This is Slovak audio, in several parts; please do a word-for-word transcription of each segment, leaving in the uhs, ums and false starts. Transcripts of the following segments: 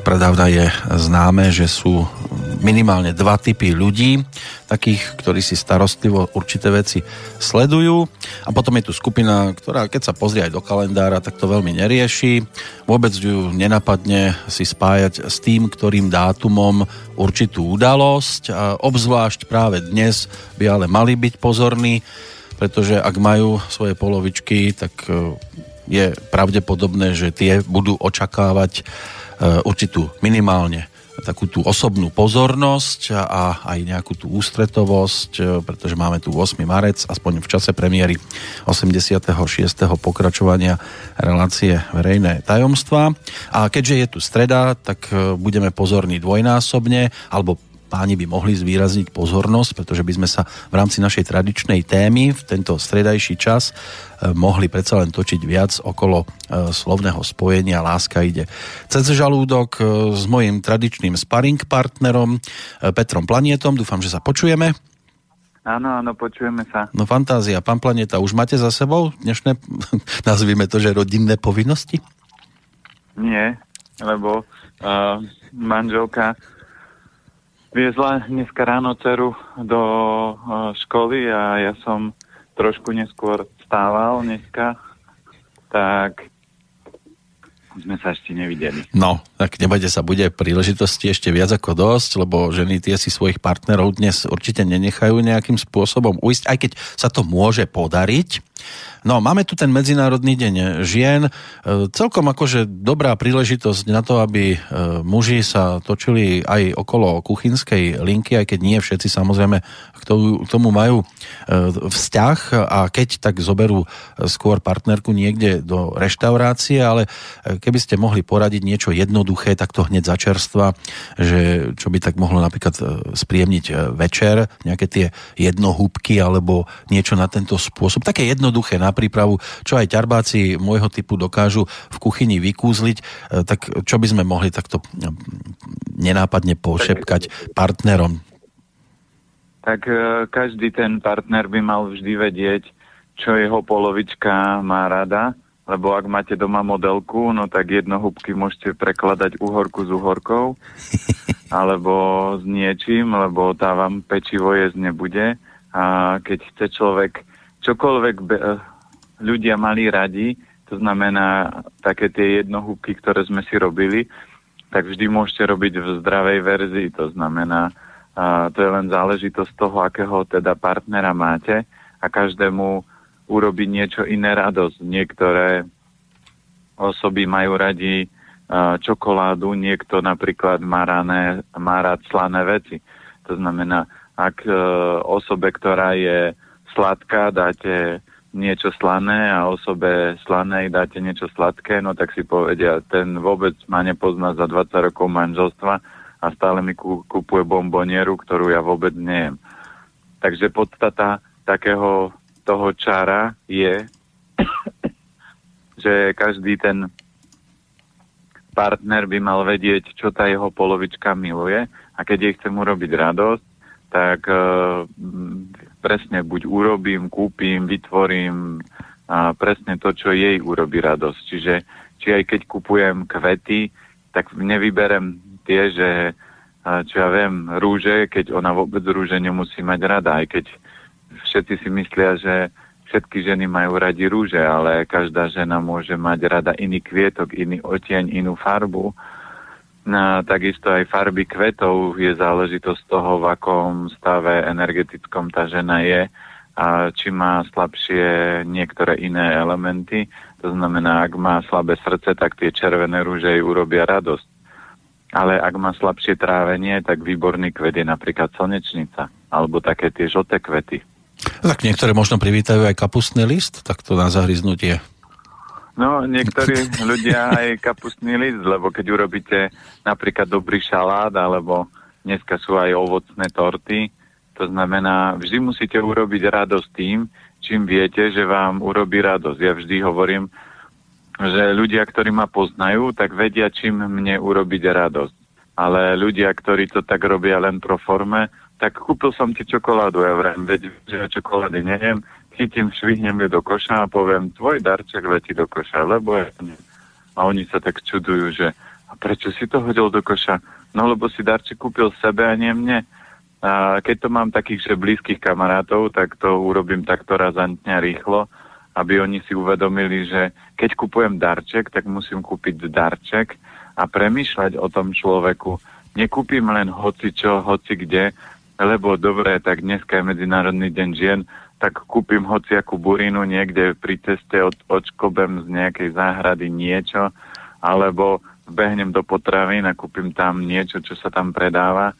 odpradávna je známe, že sú minimálne dva typy ľudí, takých, ktorí si starostlivo určité veci sledujú, a potom je tu skupina, ktorá keď sa pozrie aj do kalendára, tak to veľmi nerieši. Vôbec ju nenapadne si spájať s tým, ktorým dátumom určitú udalosť, a obzvlášť práve dnes by ale mali byť pozorní, pretože ak majú svoje polovičky, tak je pravdepodobné, že tie budú očakávať určitú minimálne takú tú osobnú pozornosť a aj nejakú tú ústretovosť, pretože máme tu ôsmy marec, aspoň v čase premiéry osemdesiateho šiesteho pokračovania relácie Verejné tajomstvá. A keďže je tu streda, tak budeme pozorní dvojnásobne, alebo páni by mohli zvýrazniť pozornosť, pretože by sme sa v rámci našej tradičnej témy v tento stredajší čas mohli predsa len točiť viac okolo slovného spojenia Láska ide cez žalúdok s mojím tradičným sparring partnerom Petrom Planietom. Dúfam, že sa počujeme. Áno, áno, počujeme sa. No fantázia. Pán Planieta, už máte za sebou dnešné, nazvime to, že rodinné povinnosti? Nie, lebo uh, manželka viezla dneska ráno dceru do uh, školy a ja som trošku neskôr stával dneska, tak sme sa ešte nevideli. No, tak nebojte sa, bude príležitosti ešte viac ako dosť, lebo ženy tie si svojich partnerov dnes určite nenechajú nejakým spôsobom uísť, aj keď sa to môže podariť. No, máme tu ten Medzinárodný deň žien. Celkom akože dobrá príležitosť na to, aby muži sa točili aj okolo kuchynskej linky, aj keď nie všetci samozrejme k tomu majú vzťah, a keď tak zoberú skôr partnerku niekde do reštaurácie, ale keby ste mohli poradiť niečo jednoduché, tak to hneď začerstva, že čo by tak mohlo napríklad spríjemniť večer, nejaké tie jednohúbky alebo niečo na tento spôsob, také jednoduché na prípravu, čo aj ťarbáci môjho typu dokážu v kuchyni vykúzliť, tak čo by sme mohli takto nenápadne pošepkať partnerom? Tak každý ten partner by mal vždy vedieť, čo jeho polovička má rada, lebo ak máte doma modelku, no tak jednohúbky môžete prekladať uhorku s uhorkou, alebo s niečím, lebo tá vám pečivo jesť nebude. A keď chce človek čokoľvek be- ľudia mali radi, to znamená také tie jednohúbky, ktoré sme si robili, tak vždy môžete robiť v zdravej verzii. To znamená, a to je len záležitosť toho, akého teda partnera máte, a každému urobiť niečo iné radosť. Niektoré osoby majú radi a, čokoládu, niekto napríklad má, rané, má rád slané veci. To znamená, ak e, osobe, ktorá je sladká, dáte niečo slané a osobe slanej dáte niečo sladké, no tak si povedia, ten vôbec ma nepozná za dvadsať rokov manželstva a stále mi kúpuje bombonieru, ktorú ja vôbec nejem. Takže podstata takého toho čara je, že každý ten partner by mal vedieť, čo tá jeho polovička miluje, a keď jej chcem urobiť radosť, tak uh, presne buď urobím, kúpim, vytvorím a presne to, čo jej urobí radosť. Čiže či aj keď kupujem kvety, tak nevyberem tie, že uh, čo ja viem, rúže, keď ona vôbec rúže nemusí mať rada, aj keď všetci si myslia, že všetky ženy majú radi rúže, ale každá žena môže mať rada iný kvietok, iný odtieň, inú farbu. No, takisto aj farby kvetov je záležitosť toho, v akom stave energetickom tá žena je a či má slabšie niektoré iné elementy. To znamená, ak má slabé srdce, tak tie červené rúže jej urobia radosť. Ale ak má slabšie trávenie, tak výborný kvet je napríklad slnečnica alebo také tie žlté kvety. Tak niektoré možno privítajú aj kapustný list, tak to na zahryznutie. No, niektorí ľudia aj kapustný list, lebo keď urobíte napríklad dobrý šalát, alebo dneska sú aj ovocné torty, to znamená, vždy musíte urobiť radosť tým, čím viete, že vám urobí radosť. Ja vždy hovorím, že ľudia, ktorí ma poznajú, tak vedia, čím mne urobiť radosť. Ale ľudia, ktorí to tak robia len pro forme, tak kúpil som ti čokoládu, ja vrem, veď, že ja čokolády nejem, chytím, švihnem ju do koša a poviem, tvoj darček letí do koša, lebo ja nie. A oni sa tak čudujú, že a prečo si to hodil do koša? No lebo si darček kúpil sebe a nie mne. A keď to mám takých, že blízkych kamarátov, tak to urobím takto razantne rýchlo, aby oni si uvedomili, že keď kupujem darček, tak musím kúpiť darček a premýšľať o tom človeku. Nekúpim len hoci čo, hoci kde, lebo dobre, tak dneska je Medzinárodný deň žien, tak kúpim hociakú burinu niekde pri ceste, od, odškobem z nejakej záhrady niečo, alebo behnem do potravín a kúpim tam niečo, čo sa tam predáva.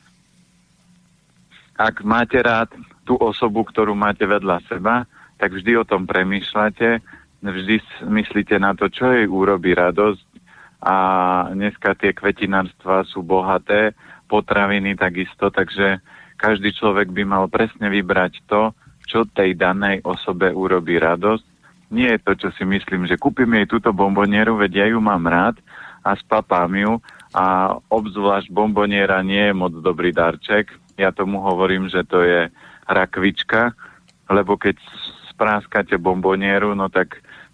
Ak máte rád tú osobu, ktorú máte vedľa seba, tak vždy o tom premýšľate, vždy myslíte na to, čo jej urobí radosť a dneska tie kvetinárstva sú bohaté, potraviny takisto, takže každý človek by mal presne vybrať to, čo tej danej osobe urobí radosť. Nie je to, čo si myslím, že kúpim jej túto bombonieru, veď ja ju mám rád a spapám ju a obzvlášť bomboniera nie je moc dobrý darček. Ja tomu hovorím, že to je rakvička, lebo keď spráskate bombonieru, no tak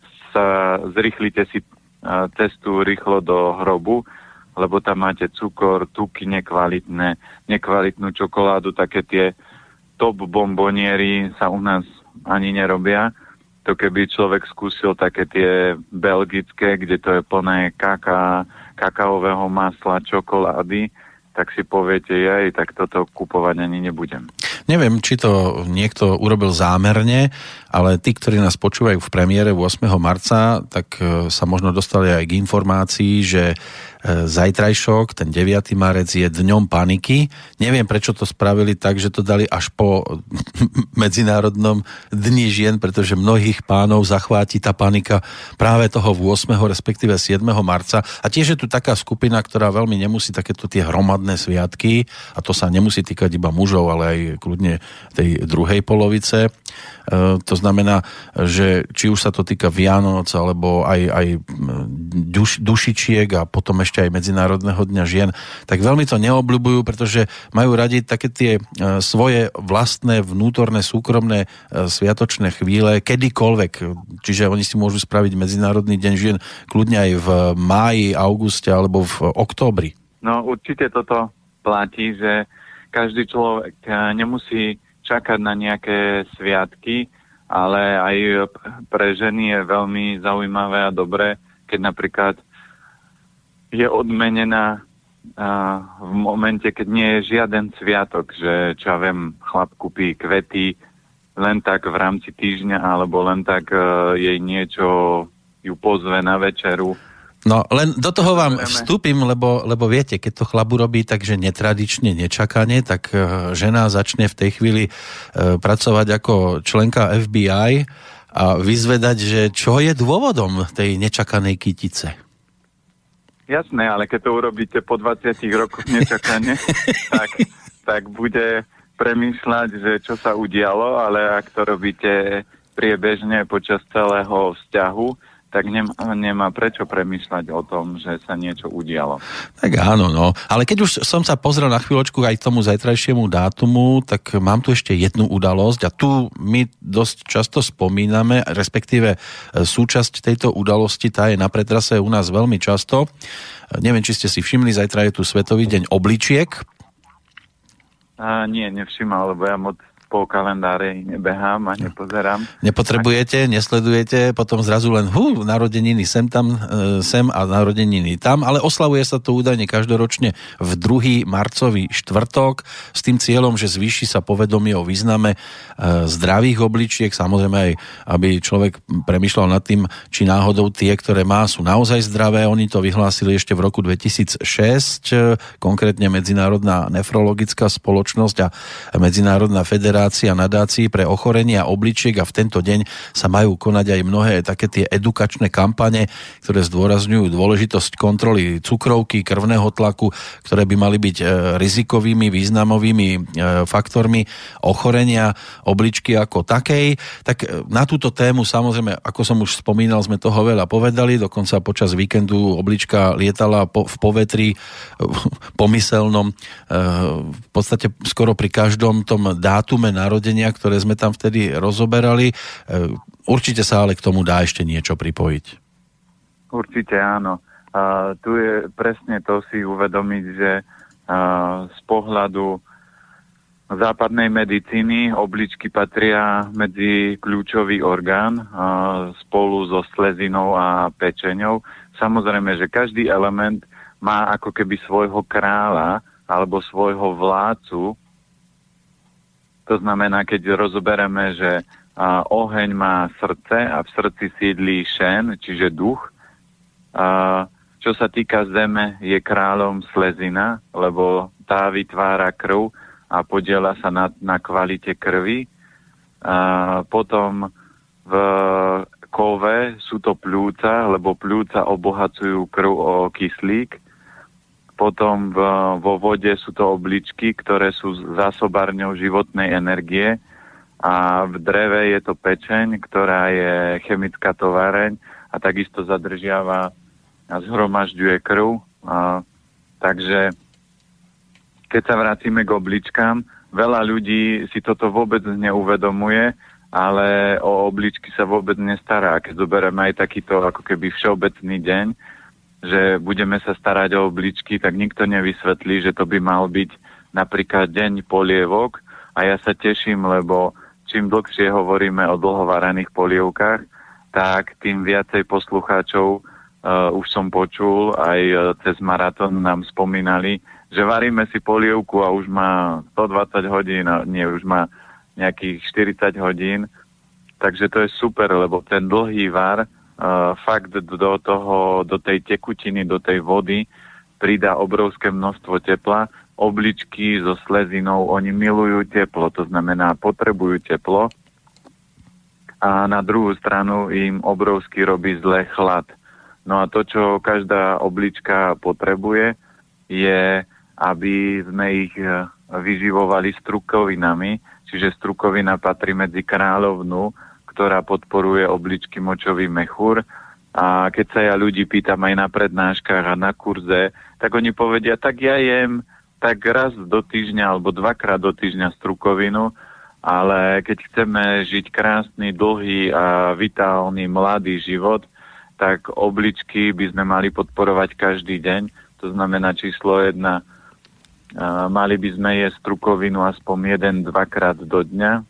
sa zrýchlite si cestu rýchlo do hrobu, lebo tam máte cukor, tuky nekvalitné, nekvalitnú čokoládu, také tie top bomboniery sa u nás ani nerobia. To keby človek skúsil také tie belgické, kde to je plné kaká, kakaového masla, čokolády, tak si poviete, jej, tak toto kupovať ani nebudem. Neviem, či to niekto urobil zámerne, ale tí, ktorí nás počúvajú v premiére ôsmeho marca, tak sa možno dostali aj k informácii, že zajtrajšok, ten deviaty marec, je dňom paniky. Neviem, prečo to spravili tak, že to dali až po Medzinárodnom dni žien, pretože mnohých pánov zachváti tá panika práve toho ôsmeho respektíve siedmeho marca. A tiež je tu taká skupina, ktorá veľmi nemusí takéto tie hromadné sviatky, a to sa nemusí týkať iba mužov, ale aj kľudne tej druhej polovice. E, to znamená, že či už sa to týka Vianoc, alebo aj, aj duš, dušičiek a potom ešte aj Medzinárodného dňa žien, tak veľmi to neobľubujú, pretože majú radi také tie svoje vlastné vnútorné, súkromné sviatočné chvíle, kedykoľvek. Čiže oni si môžu spraviť Medzinárodný deň žien kľudne aj v máji, auguste alebo v októbri. No určite toto platí, že každý človek nemusí čakať na nejaké sviatky, ale aj pre ženy je veľmi zaujímavé a dobré, keď napríklad je odmenená uh, v momente, keď nie je žiaden sviatok, že čo ja viem, chlap kúpi kvety len tak v rámci týždňa, alebo len tak uh, jej niečo ju pozve na večeru. No len do toho vám vstúpim, lebo, lebo viete, keď to chlap urobí takže netradične, nečakane, tak uh, žena začne v tej chvíli uh, pracovať ako členka ef bí aj a vyzvedať, že čo je dôvodom tej nečakanej kytice. Jasné, ale keď to urobíte po dvadsiatich rokoch nečakane, tak, tak bude premýšľať, že čo sa udialo, ale ak to robíte priebežne počas celého vzťahu, tak nemá, nemá prečo premýšľať o tom, že sa niečo udialo. Tak áno, no. Ale keď už som sa pozrel na chvíľočku aj tomu zajtrajšiemu dátumu, tak mám tu ešte jednu udalosť a tu my dosť často spomíname, respektíve súčasť tejto udalosti, tá je na pretrase u nás veľmi často. Neviem, či ste si všimli, zajtra je tu Svetový deň obličiek. A nie, nevšimal, lebo ja moc po kalendári nebehám a nepozerám. Nepotrebujete, nesledujete, potom zrazu len hú, narodeniny sem tam, sem a narodeniny tam, ale oslavuje sa to údajne každoročne v druhý marcový štvrtok s tým cieľom, že zvýši sa povedomie o význame zdravých obličiek, samozrejme aj, aby človek premýšľal nad tým, či náhodou tie, ktoré má, sú naozaj zdravé. Oni to vyhlásili ešte v roku dvetisícšesť, konkrétne Medzinárodná nefrologická spoločnosť a Medzinárodná federácia nadácií pre ochorenia obličiek a v tento deň sa majú konať aj mnohé také tie edukačné kampane, ktoré zdôrazňujú dôležitosť kontroly cukrovky, krvného tlaku, ktoré by mali byť rizikovými, významovými faktormi ochorenia obličky ako takej. Tak na túto tému samozrejme, ako som už spomínal, sme toho veľa povedali, dokonca počas víkendu oblička lietala po, v povetrí pomyselnom v podstate skoro pri každom tom dátume narodenia, ktoré sme tam vtedy rozoberali. Určite sa ale k tomu dá ešte niečo pripojiť. Určite áno. uh, tu je presne to si uvedomiť, že uh, z pohľadu západnej medicíny obličky patria medzi kľúčový orgán uh, spolu so slezinou a pečeňou. Samozrejme, že každý element má ako keby svojho kráľa alebo svojho vládcu. To znamená, keď rozoberieme, že uh, oheň má srdce a v srdci sídlí šen, čiže duch. Uh, čo sa týka zeme, je kráľom slezina, lebo tá vytvára krv a podieľa sa na, na kvalite krvi. A potom v kove sú to pľúca, lebo pľúca obohacujú krv o kyslík. Potom v, vo vode sú to obličky, ktoré sú zásobárňou životnej energie. A v dreve je to pečeň, ktorá je chemická továreň a takisto zadržiava a zhromažďuje krv. A, takže keď sa vrátime k obličkám, veľa ľudí si toto vôbec neuvedomuje, ale o obličky sa vôbec nestará. Keď zoberieme aj takýto ako keby všeobecný deň, že budeme sa starať o obličky, tak nikto nevysvetlí, že to by mal byť napríklad deň polievok. A ja sa teším, lebo čím dlhšie hovoríme o dlhovarených polievkách, tak tým viacej poslucháčov uh, už som počul, aj uh, cez maratón nám spomínali, že varíme si polievku a už má stodvadsať hodín, nie, už má nejakých štyridsať hodín. Takže to je super, lebo ten dlhý var uh, fakt do toho, do tej tekutiny, do tej vody pridá obrovské množstvo tepla. Obličky so slezinou, oni milujú teplo, to znamená potrebujú teplo. A na druhú stranu im obrovsky robí zle chlad. No a to, čo každá oblička potrebuje, je, aby sme ich vyživovali strukovinami, čiže strukovina patrí medzi kráľovnu, ktorá podporuje obličky močový mechúr. A keď sa ja ľudí pýtam aj na prednáškach a na kurze, tak oni povedia, tak ja jem tak raz do týždňa alebo dvakrát do týždňa strukovinu, ale keď chceme žiť krásny, dlhý a vitálny, mladý život, tak obličky by sme mali podporovať každý deň. To znamená číslo jedna, Uh, mali by sme jesť strukovinu aspoň jeden, dvakrát do dňa.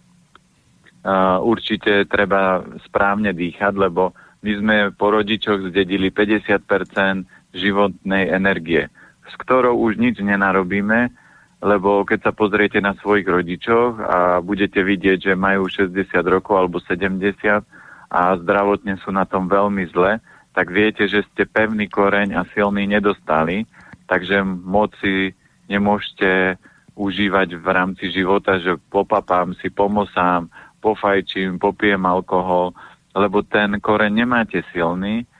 Uh, určite treba správne dýchať, lebo my sme po rodičoch zdedili päťdesiat percent životnej energie, s ktorou už nič nenarobíme, lebo keď sa pozriete na svojich rodičoch a budete vidieť, že majú šesťdesiat rokov alebo sedemdesiat a zdravotne sú na tom veľmi zle, tak viete, že ste pevný koreň a silný nedostali, takže moc si nemôžete užívať v rámci života, že popapám si, pomosám, pofajčím, popijem alkohol, lebo ten koreň nemáte silný.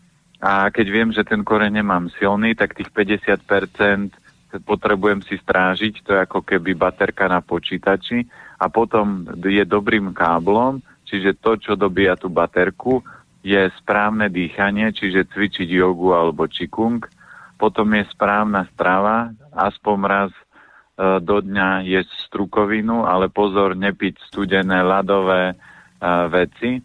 A keď viem, že ten koreň nemám silný, tak tých päťdesiat percent potrebujem si strážiť, to je ako keby baterka na počítači a potom je dobrým káblom, čiže to, čo dobíja tú baterku, je správne dýchanie, čiže cvičiť jogu alebo čikung. Potom je správna strava, aspoň raz e, do dňa jesť strukovinu, ale pozor, nepiť studené ľadové e, veci.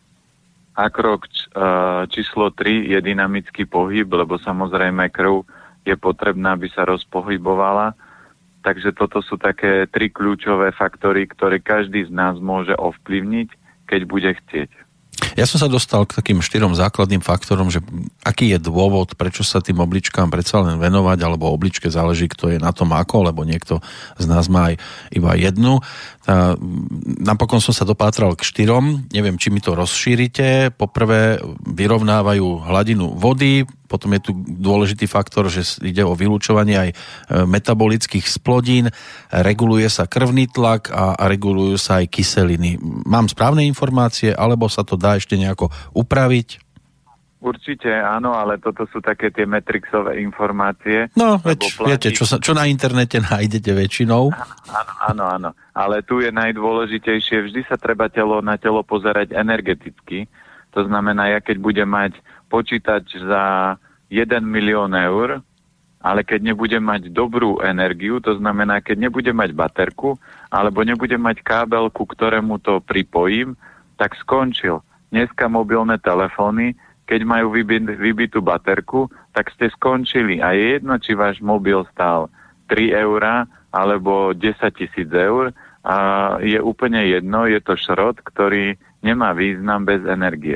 A krok č, e, číslo tri je dynamický pohyb, lebo samozrejme krv je potrebná, aby sa rozpohybovala. Takže toto sú také tri kľúčové faktory, ktoré každý z nás môže ovplyvniť, keď bude chcieť. Ja som sa dostal k takým štyrom základným faktorom, že aký je dôvod, prečo sa tým obličkám predsa len venovať, alebo obličke záleží, kto je na tom ako, lebo niekto z nás má aj iba jednu. Tá, napokon som sa dopátral k štyrom, neviem, či mi to rozšírite. Poprvé vyrovnávajú hladinu vody, potom je tu dôležitý faktor, že ide o vylúčovanie aj metabolických splodín, reguluje sa krvný tlak a, a regulujú sa aj kyseliny. Mám správne informácie, alebo sa to dá ešte nejako upraviť? Určite áno, ale toto sú také tie Matrixové informácie. No, veď, platí... viete, čo, sa, čo na internete nájdete väčšinou. Áno, áno, áno. Ale tu je najdôležitejšie, vždy sa treba telo na telo pozerať energeticky. To znamená, ja keď budem mať počítač za jeden milión eur, ale keď nebudem mať dobrú energiu, to znamená, keď nebudem mať baterku, alebo nebudem mať kábel, ku ktorému to pripojím, tak skončil. Dneska mobilné telefóny, keď majú vybi- vybitú baterku, tak ste skončili. A je jedno, či váš mobil stál tri eurá alebo desať tisíc eur. A je úplne jedno, je to šrot, ktorý nemá význam bez energie.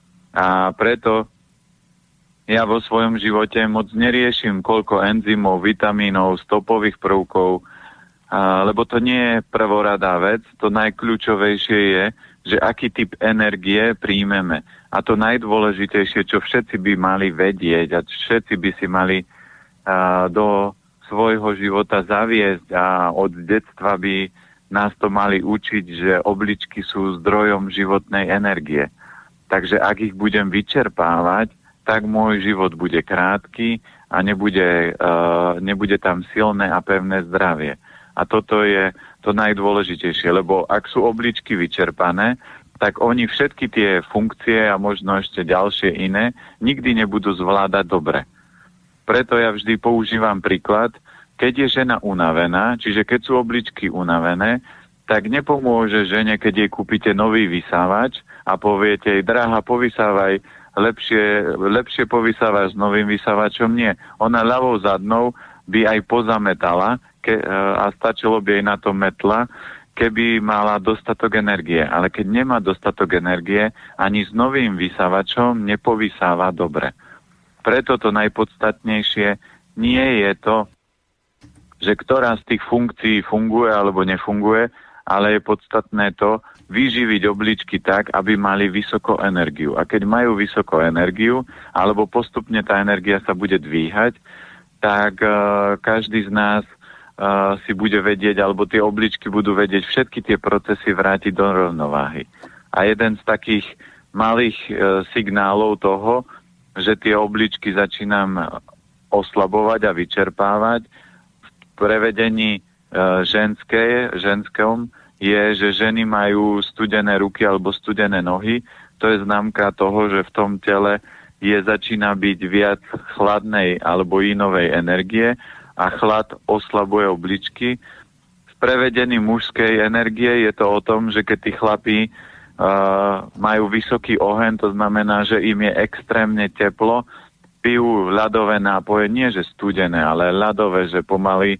A preto ja vo svojom živote moc neriešim, koľko enzymov, vitamínov, stopových prvkov, a, lebo to nie je prvoradá vec. To najkľúčovejšie je, že aký typ energie príjmeme. A to najdôležitejšie, čo všetci by mali vedieť a všetci by si mali a, do svojho života zaviesť a od detstva by nás to mali učiť, že obličky sú zdrojom životnej energie. Takže ak ich budem vyčerpávať, tak môj život bude krátky a nebude, uh, nebude tam silné a pevné zdravie. A toto je to najdôležitejšie, lebo ak sú obličky vyčerpané, tak oni všetky tie funkcie a možno ešte ďalšie iné nikdy nebudú zvládať dobre. Preto ja vždy používam príklad, keď je žena unavená, čiže keď sú obličky unavené, tak nepomôže žene, keď jej kúpite nový vysávač a poviete jej, drahá, povysávaj, lepšie, lepšie povysávaš s novým vysávačom. Nie. Ona ľavou zadnou by aj pozametala ke, a stačilo by jej na to metla, keby mala dostatok energie. Ale keď nemá dostatok energie, ani s novým vysávačom nepovysáva dobre. Preto to najpodstatnejšie nie je to, že ktorá z tých funkcií funguje alebo nefunguje, ale je podstatné to vyživiť obličky tak, aby mali vysokú energiu. A keď majú vysokú energiu, alebo postupne tá energia sa bude dvíhať, tak uh, každý z nás uh, si bude vedieť, alebo tie obličky budú vedieť všetky tie procesy vrátiť do rovnováhy. A jeden z takých malých uh, signálov toho, že tie obličky začínam oslabovať a vyčerpávať, v prevedení uh, ženské, ženskom, je, že ženy majú studené ruky alebo studené nohy. To je známka toho, že v tom tele je začína byť viac chladnej alebo inovej energie a chlad oslabuje obličky. V prevedení mužskej energie je to o tom, že keď tí chlapí uh, majú vysoký oheň, to znamená, že im je extrémne teplo, pijú ľadové nápoje, nie že studené, ale ľadové, že pomaly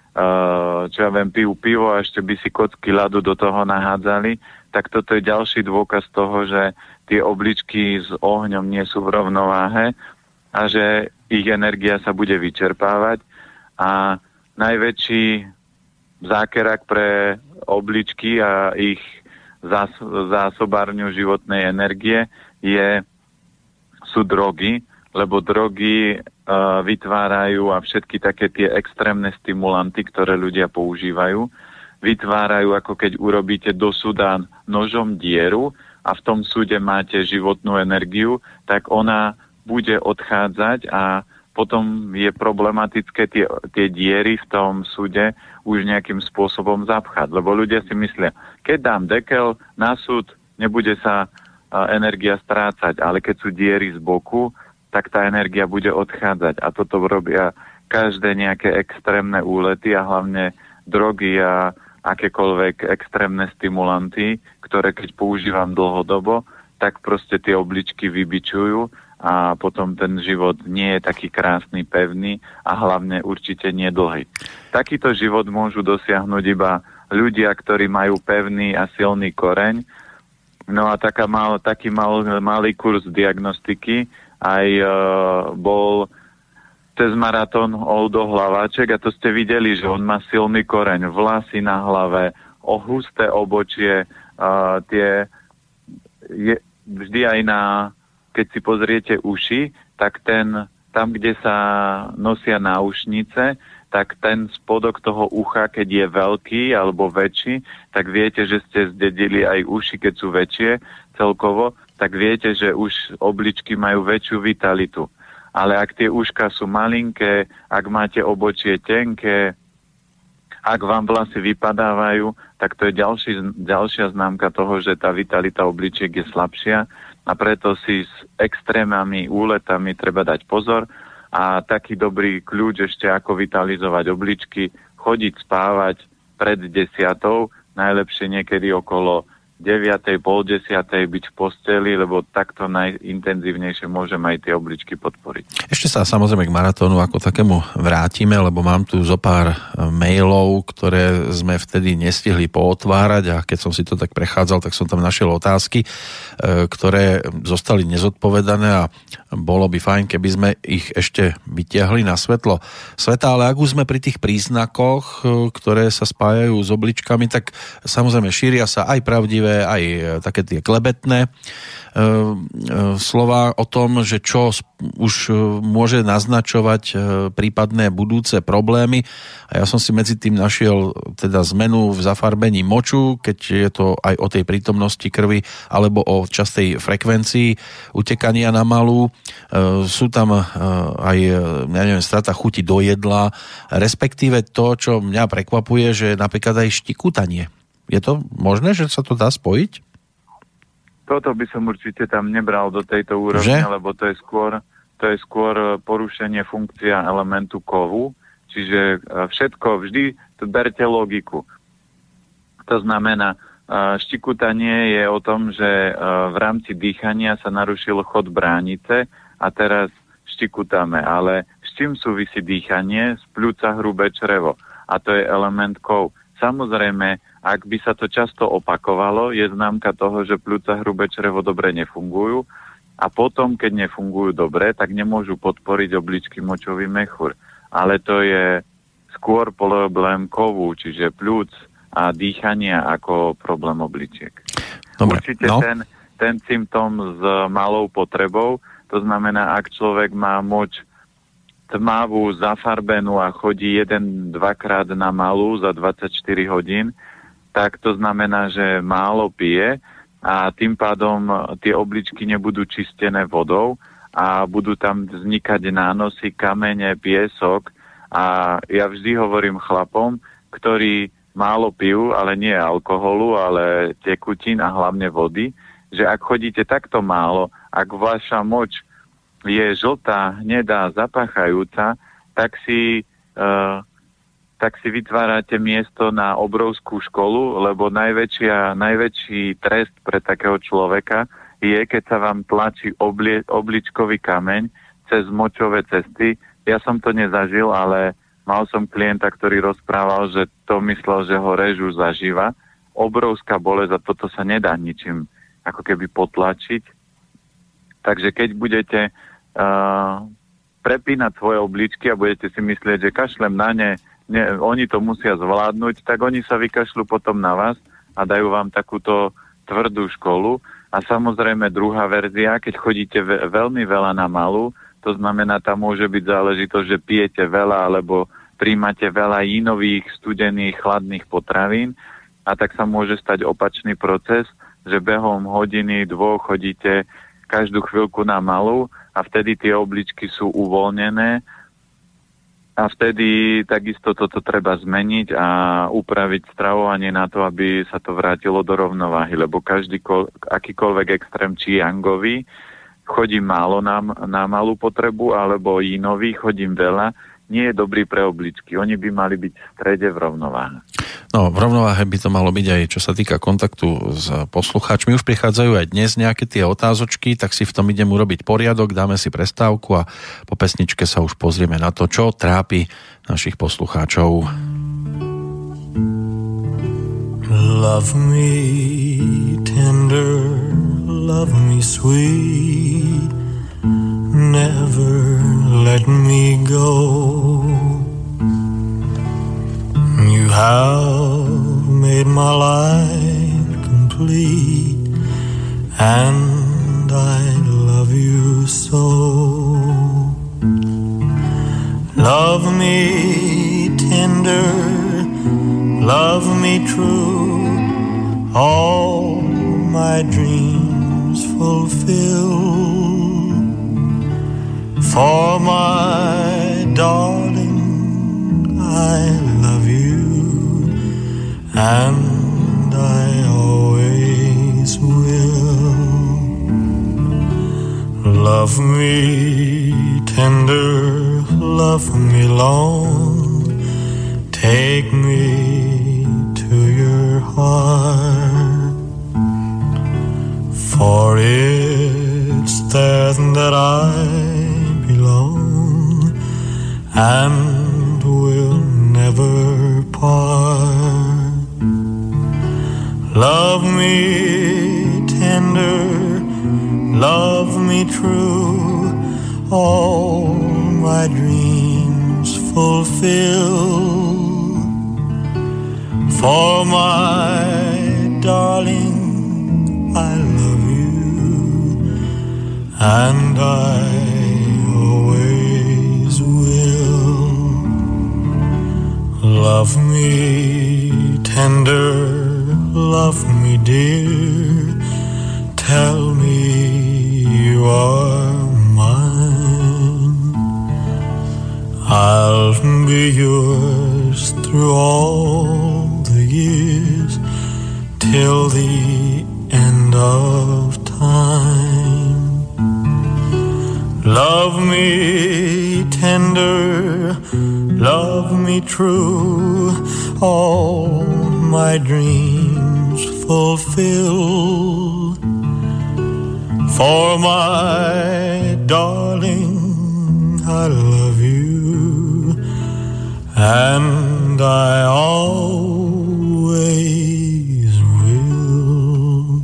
Uh, čo ja viem, pijú pivo a ešte by si kocky ľadu do toho nahádzali, tak toto je ďalší dôkaz toho, že tie obličky s ohňom nie sú v rovnováhe a že ich energia sa bude vyčerpávať. A najväčší zákerak pre obličky a ich zás- zásobárňu životnej energie je, sú drogy, lebo drogy uh, vytvárajú a všetky také tie extrémne stimulanty, ktoré ľudia používajú, vytvárajú, ako keď urobíte do súda nožom dieru a v tom súde máte životnú energiu, tak ona bude odchádzať a potom je problematické tie, tie diery v tom súde už nejakým spôsobom zapchať. Lebo ľudia si myslia, keď dám dekel na súd, nebude sa uh, energia strácať, ale keď sú diery z boku, tak tá energia bude odchádzať. A toto robia každé nejaké extrémne úlety a hlavne drogy a akékoľvek extrémne stimulanty, ktoré keď používam dlhodobo, tak proste tie obličky vybičujú a potom ten život nie je taký krásny, pevný a hlavne určite nie dlhý. Takýto život môžu dosiahnuť iba ľudia, ktorí majú pevný a silný koreň. No a taká mal, taký mal, malý kurz diagnostiky aj uh, bol cez maratón Oldo Hlaváček a to ste videli, že on má silný koreň, vlasy na hlave, o husté obočie, uh, tie je, vždy aj na, keď si pozriete uši, tak ten, tam, kde sa nosia náušnice, tak ten spodok toho ucha, keď je veľký alebo väčší, tak viete, že ste zdedili aj uši, keď sú väčšie celkovo, tak viete, že už obličky majú väčšiu vitalitu. Ale ak tie uška sú malinké, ak máte obočie tenké, ak vám vlasy vypadávajú, tak to je ďalší, ďalšia známka toho, že tá vitalita obličiek je slabšia a preto si s extrémami, úletami treba dať pozor a taký dobrý kľúč ešte ako vitalizovať obličky, chodiť spávať pred desiatou, najlepšie niekedy okolo deviatej, pol desiatej byť v posteli, lebo takto najintenzívnejšie môžem aj tie obličky podporiť. Ešte sa samozrejme k maratónu ako takému vrátime, lebo mám tu zo pár mailov, ktoré sme vtedy nestihli pootvárať a keď som si to tak prechádzal, tak som tam našiel otázky, ktoré zostali nezodpovedané a bolo by fajn, keby sme ich ešte vytiahli na svetlo sveta, ale ak už sme pri tých príznakoch, ktoré sa spájajú s obličkami, tak samozrejme šíria sa aj pravdivé, aj také tie klebetné slova o tom, že čo už môže naznačovať prípadné budúce problémy. A ja som si medzi tým našiel teda zmenu v zafarbení moču, keď je to aj o tej prítomnosti krvi alebo o častej frekvencii utekania na malú. Sú tam aj, ja neviem, strata chuti do jedla, respektíve to, čo mňa prekvapuje, že napríklad aj štikutanie. Je to možné, že sa to dá spojiť? Toto by som určite tam nebral do tejto úrovne, že? lebo to je skôr to je skôr porušenie funkcia elementu kovu, čiže všetko, vždy berte logiku. To znamená, štikutanie je o tom, že v rámci dýchania sa narušil chod bránice a teraz štikutáme, ale s čím súvisí dýchanie? Z pľúca hrubé črevo a to je element kov. Samozrejme, ak by sa to často opakovalo, je známka toho, že pľúca hrubé črevo dobre nefungujú a potom, keď nefungujú dobre, tak nemôžu podporiť obličky močový mechúr. Ale to je skôr problém kovu, čiže pľúc a dýchania ako problém obličiek. Dobre, Určite no. ten, ten symptóm s malou potrebou, to znamená, ak človek má moč tmavú, zafarbenú a chodí jeden, dvakrát na malú za dvadsaťštyri hodín, tak to znamená, že málo pije a tým pádom tie obličky nebudú čistené vodou a budú tam vznikať nánosy, kamene, piesok a ja vždy hovorím chlapom, ktorí málo pijú, ale nie alkoholu, ale tekutín a hlavne vody, že ak chodíte takto málo, ak vaša moč je žltá, hnedá, zapáchajúca, tak si... Uh, tak si vytvárate miesto na obrovskú školu, lebo najväčšia, najväčší trest pre takého človeka je, keď sa vám tlačí oblie, obličkový kameň cez močové cesty. Ja som to nezažil, ale mal som klienta, ktorý rozprával, že to myslel, že ho režu zaživa. Obrovská bolesť a toto sa nedá ničím ako keby potlačiť. Takže keď budete uh, prepínať svoje obličky a budete si myslieť, že kašlem na ne, Nie, oni to musia zvládnuť, tak oni sa vykašľú potom na vás a dajú vám takúto tvrdú školu. A samozrejme druhá verzia, keď chodíte ve- veľmi veľa na malú, to znamená, tam môže byť záležitosť, že pijete veľa alebo príjmate veľa inových, studených, chladných potravín a tak sa môže stať opačný proces, že behom hodiny, dvoch chodíte každú chvíľku na malú a vtedy tie obličky sú uvoľnené. A vtedy takisto toto treba zmeniť a upraviť stravovanie na to, aby sa to vrátilo do rovnováhy, lebo každý, akýkoľvek extrém, či jangový, chodím málo na, na malú potrebu, alebo inový, chodím veľa, nie je dobrý pre obličky. Oni by mali byť v strede v rovnováhe. No, v rovnováhe by to malo byť aj čo sa týka kontaktu s poslucháčmi. Už prichádzajú aj dnes nejaké tie otázočky, tak si v tom idem urobiť poriadok, dáme si prestávku a po pesničke sa už pozrieme na to, čo trápi našich poslucháčov. Love me tender, love me sweet, never let me go. You have made my life complete, and I love you so. Love me tender, love me true, all my dreams fulfill. For my darling, I love you, and I always will. Love me tender, love me long, take me to your heart. it's there that I belong and will never part. Love me tender, love me true, all my dreams fulfill. For my darling, I love you, and I always will. Love me tender, love me dear, tell me you are mine. I'll be yours through all years till the end of time. Love me tender, love me true, all my dreams fulfill. For my darling, I love you, and I always will.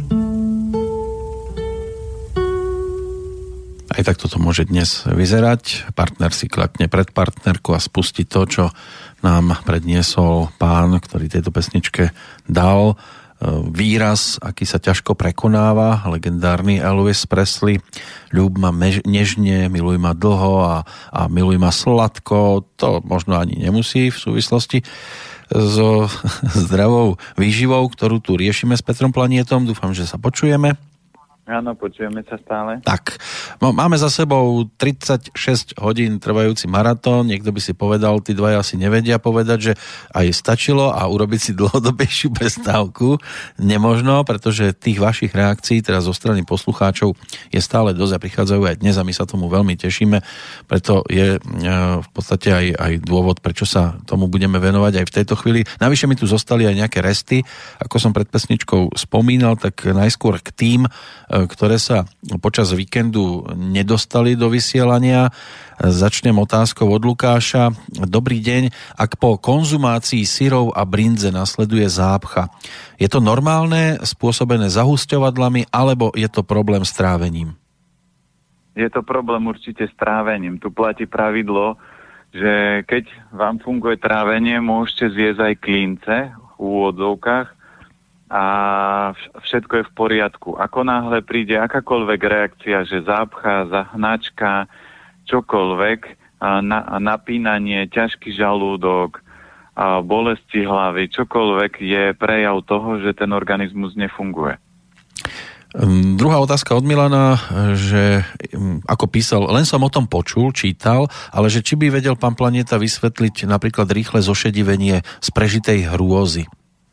Aj takto to môže dnes vyzerať. Partner si klakne pred partnerku a spustí to, čo nám predniesol pán, ktorý tejto pesničke dal výraz, aký sa ťažko prekonáva, legendárny Elvis Presley. Ľúb ma mež, nežne, miluj ma dlho a, a miluj ma sladko. To možno ani nemusí v súvislosti so zdravou výživou, ktorú tu riešime s Petrom Planietom. Dúfam, že sa počujeme. Áno, počujeme sa stále. Tak, máme za sebou tridsaťšesť hodín trvajúci maratón. Niekto by si povedal, tí dvaja si nevedia povedať, že aj stačilo a urobiť si dlhodobejšiu prestávku. Nemožno, pretože tých vašich reakcií teraz zo strany poslucháčov je stále dosť a prichádzajú aj dnes a my sa tomu veľmi tešíme. Preto je v podstate aj, aj dôvod, prečo sa tomu budeme venovať aj v tejto chvíli. Navyše mi tu zostali aj nejaké resty. Ako som pred pesničkou spomínal, tak najskôr k tým, ktoré sa počas víkendu nedostali do vysielania. Začnem otázkou od Lukáša. Dobrý deň. Ak po konzumácii syrov a brindze nasleduje zápcha, je to normálne, spôsobené zahusťovadlami, alebo je to problém s trávením? Je to problém určite s trávením. Tu platí pravidlo, že keď vám funguje trávenie, môžete zjesť aj klince v úvodzovkách, a všetko je v poriadku. Ako náhle príde akákoľvek reakcia, že zápcha, zahnačka, čokoľvek, na, napínanie, ťažký žalúdok, a bolesti hlavy, čokoľvek je prejav toho, že ten organizmus nefunguje. Um, druhá otázka od Milana, že um, ako písal, len som o tom počul, čítal, ale že či by vedel pán Planieta vysvetliť napríklad rýchle zošedivenie z prežitej hrôzy?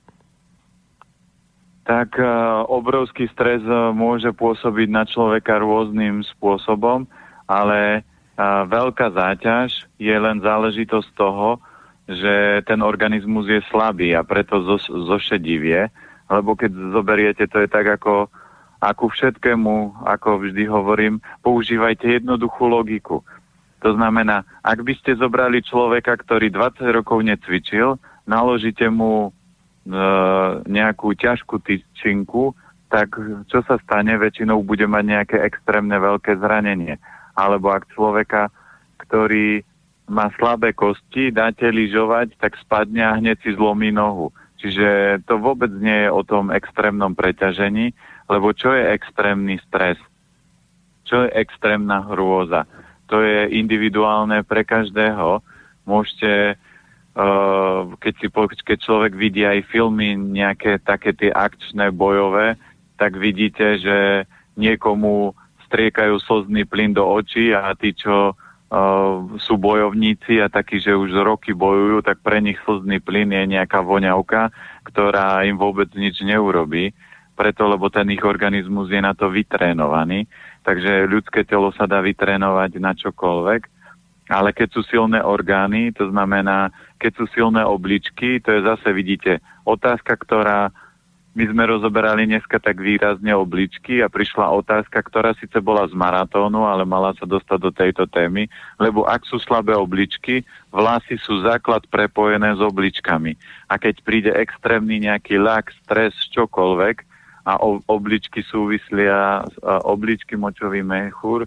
Tak uh, obrovský stres uh, môže pôsobiť na človeka rôznym spôsobom, ale uh, veľká záťaž je len záležitosť toho, že ten organizmus je slabý a preto zos- zošedivie, lebo keď zoberiete, to je tak ako, ako všetkému, ako vždy hovorím, používajte jednoduchú logiku. To znamená, ak by ste zobrali človeka, ktorý dvadsať rokov necvičil, naložíte mu nejakú ťažkú tyčinku, tak čo sa stane? Väčšinou bude mať nejaké extrémne veľké zranenie. Alebo ak človeka, ktorý má slabé kosti, dáte lyžovať, tak spadne a hneď si zlomí nohu. Čiže to vôbec nie je o tom extrémnom preťažení, lebo čo je extrémny stres? Čo je extrémna hrôza? To je individuálne pre každého. Môžete Uh, keď, si, keď človek vidí aj filmy, nejaké také tie akčné, bojové, tak vidíte, že niekomu striekajú slzný plyn do očí a tí, čo uh, sú bojovníci a takí, že už roky bojujú, tak pre nich slzný plyn je nejaká voňavka, ktorá im vôbec nič neurobí, preto, lebo ten ich organizmus je na to vytrénovaný. Takže ľudské telo sa dá vytrénovať na čokoľvek. Ale keď sú silné orgány, to znamená, keď sú silné obličky, to je zase, vidíte, otázka, ktorá my sme rozoberali dneska tak výrazne obličky a prišla otázka, ktorá síce bola z maratónu, ale mala sa dostať do tejto témy, lebo ak sú slabé obličky, vlasy sú základ prepojené s obličkami. A keď príde extrémny nejaký ľak, stres, čokoľvek a obličky súvislia, obličky, močový mechúr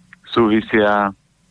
súvisia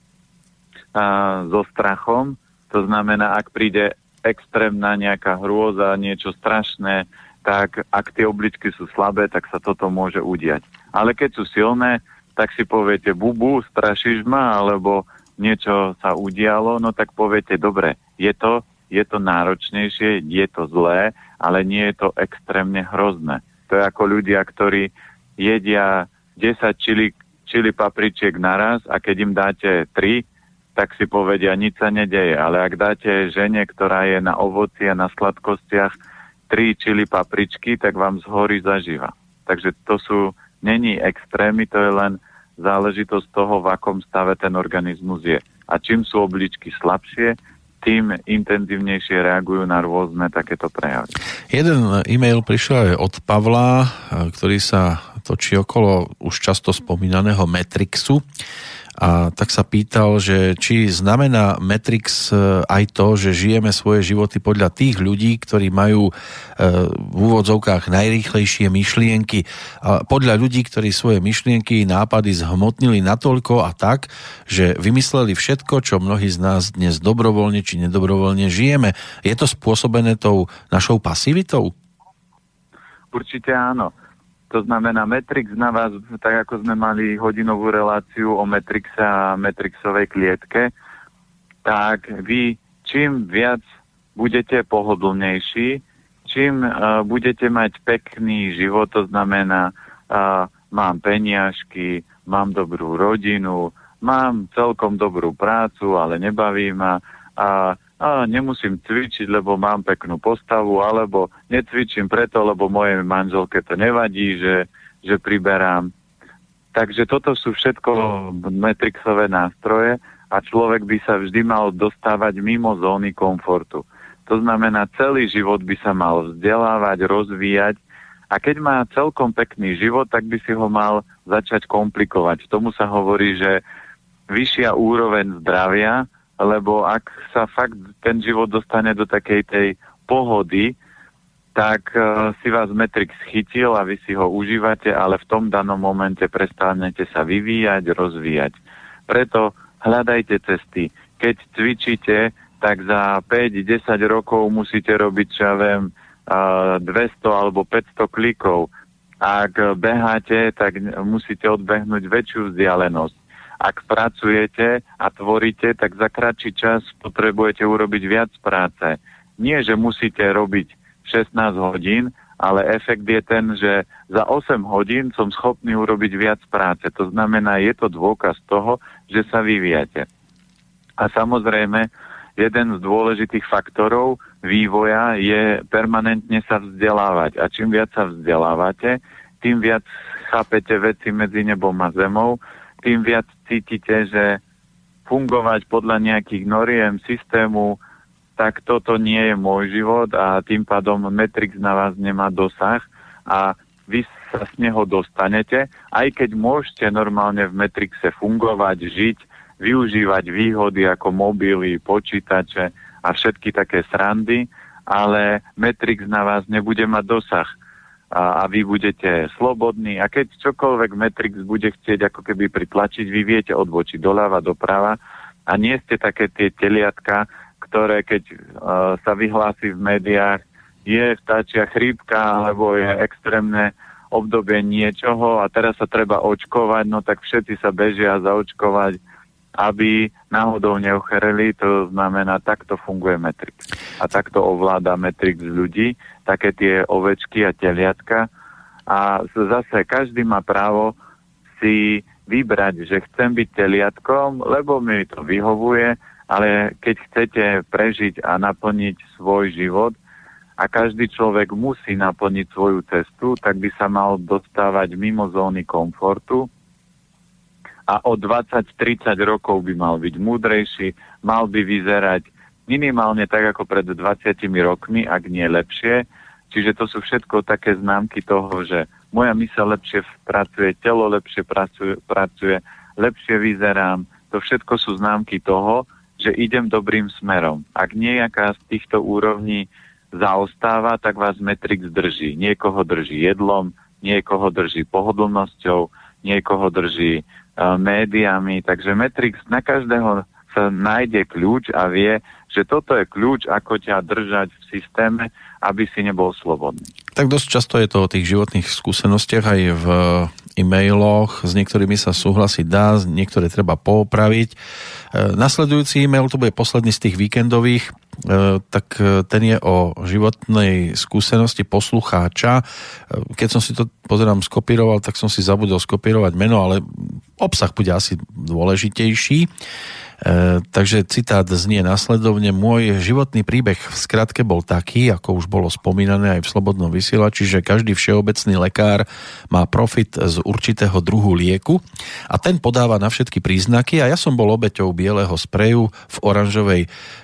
a, so strachom, to znamená, ak príde extrémna nejaká hrôza, niečo strašné, tak ak tie obličky sú slabé, tak sa toto môže udiať. Ale keď sú silné, tak si poviete, bubu, strašíš ma, alebo niečo sa udialo, no tak poviete, dobre, je to, je to náročnejšie, je to zlé, ale nie je to extrémne hrozné. To je ako ľudia, ktorí jedia desať čili, čili papričiek naraz a keď im dáte tri, tak si povedia, nič sa nedeje. Ale ak dáte žene, ktorá je na ovoci a na sladkostiach, tri čili papričky, tak vám zhorí zaživa. Takže to sú, není extrémy, to je len záležitosť toho, v akom stave ten organizmus je. A čím sú obličky slabšie, tým intenzívnejšie reagujú na rôzne takéto prejavy. Jeden e-mail prišiel aj od Pavla, ktorý sa točí okolo už často spomínaného Matrixu. A tak sa pýtal, že či znamená Matrix aj to, že žijeme svoje životy podľa tých ľudí, ktorí majú v úvodzovkách najrýchlejšie myšlienky. A podľa ľudí, ktorí svoje myšlienky, nápady zhmotnili natoľko a tak, že vymysleli všetko, čo mnohí z nás dnes dobrovoľne či nedobrovoľne žijeme. Je to spôsobené tou našou pasivitou? Určite áno. To znamená, Matrix na vás, tak ako sme mali hodinovú reláciu o Matrixe a Matrixovej klietke, tak vy čím viac budete pohodlnejší, čím uh, budete mať pekný život, to znamená, uh, mám peniažky, mám dobrú rodinu, mám celkom dobrú prácu, ale nebaví ma a a nemusím cvičiť, lebo mám peknú postavu, alebo necvičím preto, lebo mojej manželke to nevadí, že, že priberám. Takže toto sú všetko Matrixové nástroje a človek by sa vždy mal dostávať mimo zóny komfortu. To znamená, celý život by sa mal vzdelávať, rozvíjať a keď má celkom pekný život, tak by si ho mal začať komplikovať. Tomu sa hovorí, že vyššia úroveň zdravia, lebo ak sa fakt ten život dostane do takej tej pohody, tak uh, si vás Matrix chytil a vy si ho užívate, ale v tom danom momente prestanete sa vyvíjať, rozvíjať. Preto hľadajte cesty. Keď cvičíte, tak za päť desať rokov musíte robiť, čo ja viem, uh, dvesto alebo päťsto klikov. Ak beháte, tak musíte odbehnúť väčšiu vzdialenosť. Ak pracujete a tvoríte, tak za kratší čas potrebujete urobiť viac práce. Nie, že musíte robiť šestnásť hodín, ale efekt je ten, že za osem hodín som schopný urobiť viac práce. To znamená, je to dôkaz toho, že sa vyvíjate. A samozrejme, jeden z dôležitých faktorov vývoja je permanentne sa vzdelávať. A čím viac sa vzdelávate, tým viac chápete veci medzi nebom a zemou, tým viac cítite, že fungovať podľa nejakých noriem systému, tak toto nie je môj život a tým pádom Matrix na vás nemá dosah a vy sa z neho dostanete, aj keď môžete normálne v Matrixe fungovať, žiť, využívať výhody ako mobily, počítače a všetky také srandy, ale Matrix na vás nebude mať dosah. A, a vy budete slobodní a keď čokoľvek Matrix bude chcieť ako keby pritlačiť, vy viete odbočiť doľava, doprava a nie ste také tie teliatka, ktoré keď uh, sa vyhlási v médiách, je vtáčia chrípka alebo je extrémne obdobie niečoho a teraz sa treba očkovať, no tak všetci sa bežia zaočkovať, aby náhodou neochereli, to znamená, takto funguje Matrix. A takto ovláda Matrix ľudí, také tie ovečky a teliatka. A zase každý má právo si vybrať, že chcem byť teliatkom, lebo mi to vyhovuje, ale keď chcete prežiť a naplniť svoj život, a každý človek musí naplniť svoju cestu, tak by sa mal dostávať mimo zóny komfortu, a o dvadsať tridsať rokov by mal byť múdrejší, mal by vyzerať minimálne tak ako pred dvadsiatimi rokmi, ak nie lepšie, Čiže to sú všetko také známky toho, že moja myseľ lepšie pracuje, telo lepšie pracuje, pracuje, lepšie vyzerám. To všetko sú známky toho, že idem dobrým smerom. Ak nejaká z týchto úrovní zaostáva, tak vás Matrix drží. Niekoho drží jedlom, niekoho drží pohodlnosťou, niekoho drží uh, médiami. Takže Matrix na každého sa nájde kľúč a vie, že toto je kľúč, ako ťa držať v systéme, aby si nebol slobodný. Tak dosť často je to o tých životných skúsenostiach aj v e-mailoch, s niektorými sa súhlasiť dá, niektoré treba poopraviť. Nasledujúci e-mail, to bude posledný z tých víkendových, tak ten je o životnej skúsenosti poslucháča. Keď som si to, pozerám, skopíroval, tak som si zabudol skopírovať meno, ale obsah bude asi dôležitejší. E, takže citát znie nasledovne: môj životný príbeh v skratke bol taký, ako už bolo spomínané aj v Slobodnom vysielači, že každý všeobecný lekár má profit z určitého druhu lieku a ten podáva na všetky príznaky a ja som bol obeťou bieleho spreju v oranžovej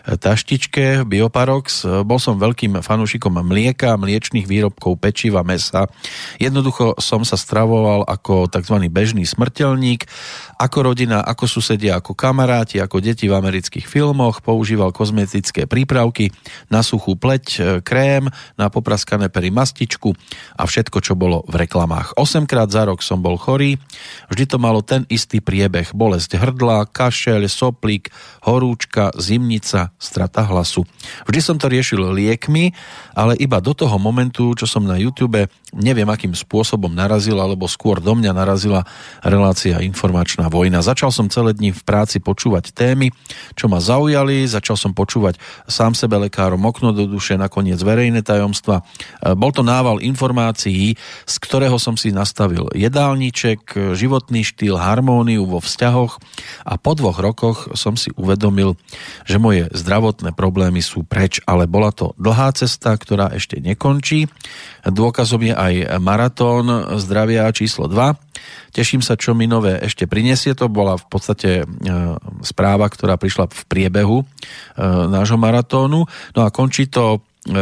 taštičke Bioparox. Bol som veľkým fanúšikom mlieka, mliečných výrobkov, pečiva, mesa. Jednoducho som sa stravoval ako tzv. Bežný smrteľník, ako rodina, ako susedia, ako kamaráti, ako deti v amerických filmoch, používal kozmetické prípravky, na suchú pleť, krém, na popraskané pery mastičku a všetko, čo bolo v reklamách. Osemkrát za rok som bol chorý, vždy to malo ten istý priebeh: bolesť hrdla, kašeľ, soplík, horúčka, zimnica, strata hlasu. Vždy som to riešil liekmi, ale iba do toho momentu, čo som na YouTube, neviem akým spôsobom narazil, alebo skôr do mňa narazila relácia Informačná vojna. Začal som celé dni v práci počúvať témy, čo ma zaujali, začal som počúvať sám sebe lekárom, okno do duše, nakoniec verejné tajomstva. Bol to nával informácií, z ktorého som si nastavil jedálniček, životný štýl, harmóniu vo vzťahoch a po dvoch rokoch som si uvedomil, že moje zdravotné problémy sú preč, ale bola to dlhá cesta, ktorá ešte nekončí. Dôkazom je aj maratón zdravia číslo dva. Teším sa, čo mi nové ešte prinesie. To bola v podstate e, správa, ktorá prišla v priebehu e, nášho maratónu. No a končí to e,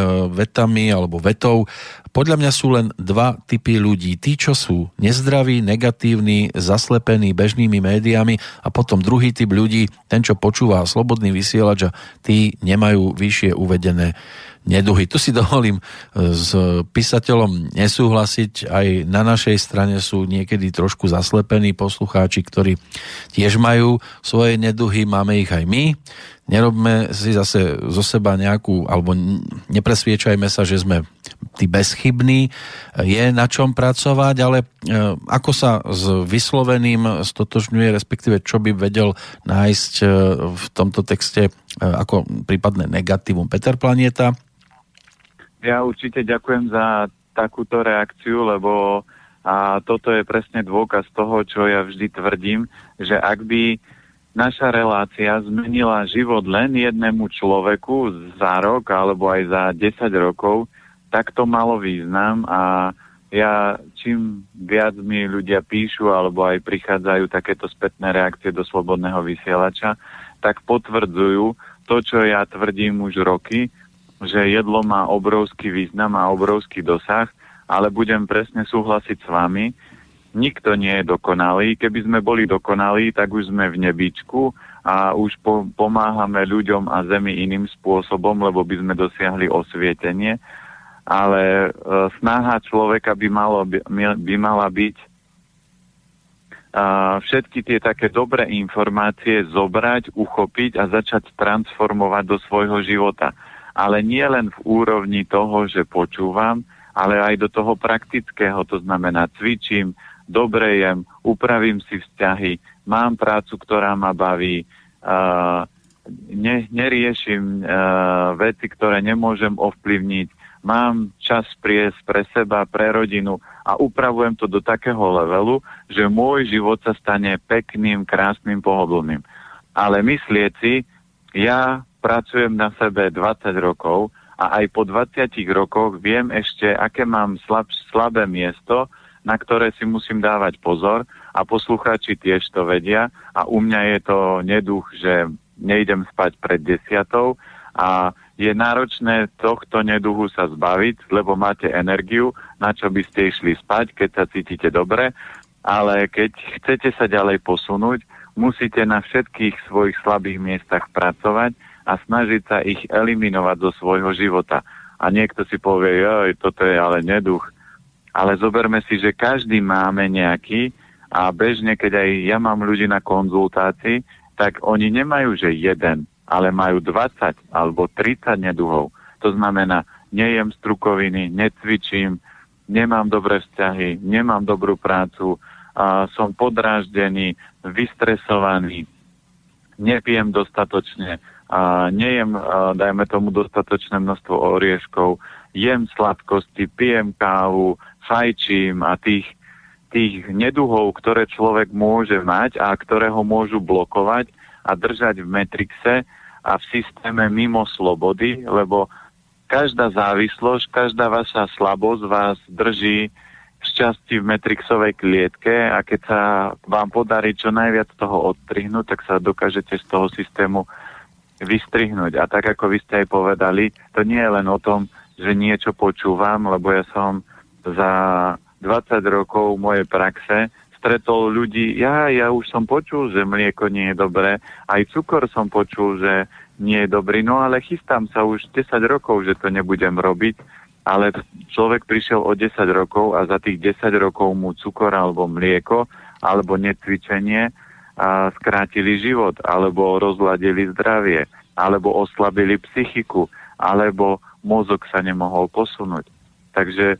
vetami alebo vetou: podľa mňa sú len dva typy ľudí. Tí, čo sú nezdraví, negatívni, zaslepení bežnými médiami, a potom druhý typ ľudí, ten, čo počúva Slobodný vysielač, a tí nemajú vyššie uvedené neduhy. Tu si dovolím s písateľom nesúhlasiť. Aj na našej strane sú niekedy trošku zaslepení poslucháči, ktorí tiež majú svoje neduhy, máme ich aj my. Nerobme si zase zo seba nejakú, alebo nepresviečajme sa, že sme tí bezchybní. Je na čom pracovať, ale ako sa s vysloveným stotožňuje, respektíve čo by vedel nájsť v tomto texte ako prípadné negatívum Peter Planieta? Ja určite ďakujem za takúto reakciu, lebo a toto je presne dôkaz toho, čo ja vždy tvrdím, že ak by naša relácia zmenila život len jednému človeku za rok alebo aj za desať rokov, tak to malo význam. A ja, čím viac mi ľudia píšu alebo aj prichádzajú takéto spätné reakcie do Slobodného vysielača, tak potvrdzujú to, čo ja tvrdím už roky, že jedlo má obrovský význam a obrovský dosah, ale budem presne súhlasiť s vami. Nikto nie je dokonalý. Keby sme boli dokonalí, tak už sme v nebíčku a už po- pomáhame ľuďom a zemi iným spôsobom, lebo by sme dosiahli osvietenie. Ale e, snaha človeka by, malo, by, by mala byť e, všetky tie také dobré informácie zobrať, uchopiť a začať transformovať do svojho života. Ale nie len v úrovni toho, že počúvam, ale aj do toho praktického, to znamená cvičím, dobre jem, upravím si vzťahy, mám prácu, ktorá ma baví, uh, ne, neriešim uh, veci, ktoré nemôžem ovplyvniť, mám čas priesť pre seba, pre rodinu a upravujem to do takého levelu, že môj život sa stane pekným, krásnym, pohodlným. Ale myslieť si, ja pracujem na sebe dvadsať rokov a aj po dvadsiatich rokoch viem ešte, aké mám slab, slabé miesto, na ktoré si musím dávať pozor, a poslucháči tiež to vedia a u mňa je to neduch, že nejdem spať pred desiatou A je náročné tohto neduhu sa zbaviť, lebo máte energiu, na čo by ste išli spať, keď sa cítite dobre, ale keď chcete sa ďalej posunúť, musíte na všetkých svojich slabých miestach pracovať a snažiť sa ich eliminovať zo svojho života. A niekto si povie, joj, toto je ale neduch. Ale zoberme si, že každý máme nejaký a bežne, keď aj ja mám ľudí na konzultácii, tak oni nemajú, že jeden, ale majú dvadsať alebo tridsať neduhov. To znamená, nejem strukoviny, necvičím, nemám dobré vzťahy, nemám dobrú prácu, a som podráždený, vystresovaný, nepijem dostatočne, a nejem, a dajme tomu, dostatočné množstvo orieškov, jem sladkosti, pijem kávu, fajčím a tých, tých neduhov, ktoré človek môže mať a ktoré ho môžu blokovať a držať v metrixe a v systéme mimo slobody, lebo každá závislosť, každá vaša slabosť vás drží šťastí v metrixovej klietke a keď sa vám podarí čo najviac toho odstrihnúť, tak sa dokážete z toho systému vystrihnúť. A tak, ako vy ste aj povedali, to nie je len o tom, že niečo počúvam, lebo ja som za dvadsať rokov mojej praxe stretol ľudí, ja, ja už som počul, že mlieko nie je dobré, aj cukor som počul, že nie je dobrý, no ale chystám sa už desať rokov, že to nebudem robiť, ale človek prišiel o desať rokov a za tých desať rokov mu cukor alebo mlieko alebo necvičenie a skrátili život, alebo rozladili zdravie, alebo oslabili psychiku, alebo mozog sa nemohol posunúť. Takže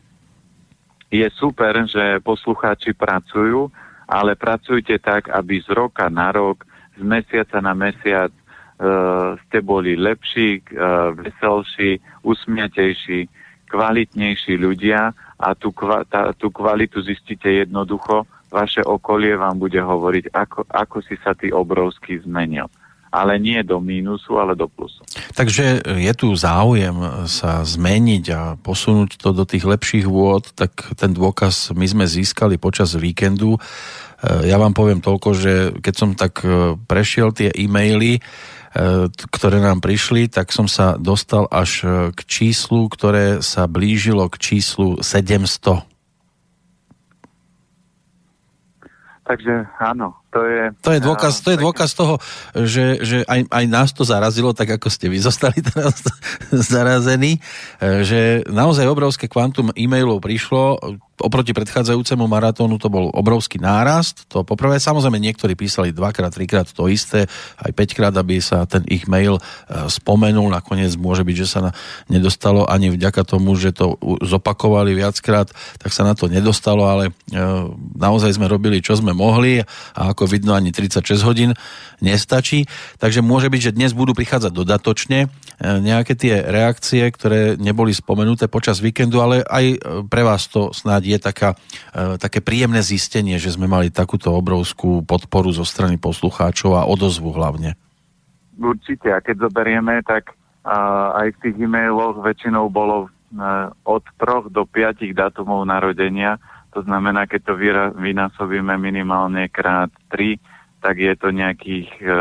je super, že poslucháči pracujú, ale pracujte tak, aby z roka na rok, z mesiaca na mesiac e, ste boli lepší, e, veselší, usmiatejší, kvalitnejší ľudia a tú, kva, tá, tú kvalitu zistíte jednoducho. Vaše okolie vám bude hovoriť, ako, ako si sa ty obrovský zmenil. Ale nie do mínusu, ale do plusu. Takže je tu záujem sa zmeniť a posunúť to do tých lepších vôd, tak ten dôkaz my sme získali počas víkendu. Ja vám poviem toľko, že keď som tak prešiel tie e-maily, ktoré nám prišli, tak som sa dostal až k číslu, ktoré sa blížilo k číslu sedemsto. Takže áno, to je... To je dôkaz, to je dôkaz toho, že, že aj, aj nás to zarazilo, tak ako ste vy zostali teraz zarazení, že naozaj obrovské kvantum e-mailov prišlo. Oproti predchádzajúcemu maratónu to bol obrovský nárast. To poprvé, samozrejme niektorí písali dvakrát, trikrát to isté, aj päťkrát, aby sa ten ich mail spomenul. Nakoniec môže byť, že sa na, nedostalo ani vďaka tomu, že to zopakovali viackrát, tak sa na to nedostalo, ale e, naozaj sme robili, čo sme mohli a ako vidno ani tridsaťšesť hodín nestačí. Takže môže byť, že dnes budú prichádzať dodatočne e, nejaké tie reakcie, ktoré neboli spomenuté počas víkendu, ale aj pre vás to snáď je taká, e, také príjemné zistenie, že sme mali takúto obrovskú podporu zo strany poslucháčov a odozvu hlavne. Určite, a keď zoberieme, tak a, aj v tých e-mailoch väčšinou bolo a, od troch do piatich dátumov narodenia. To znamená, keď to vyra, vynásobíme minimálne krát tri, tak je to nejakých e, e,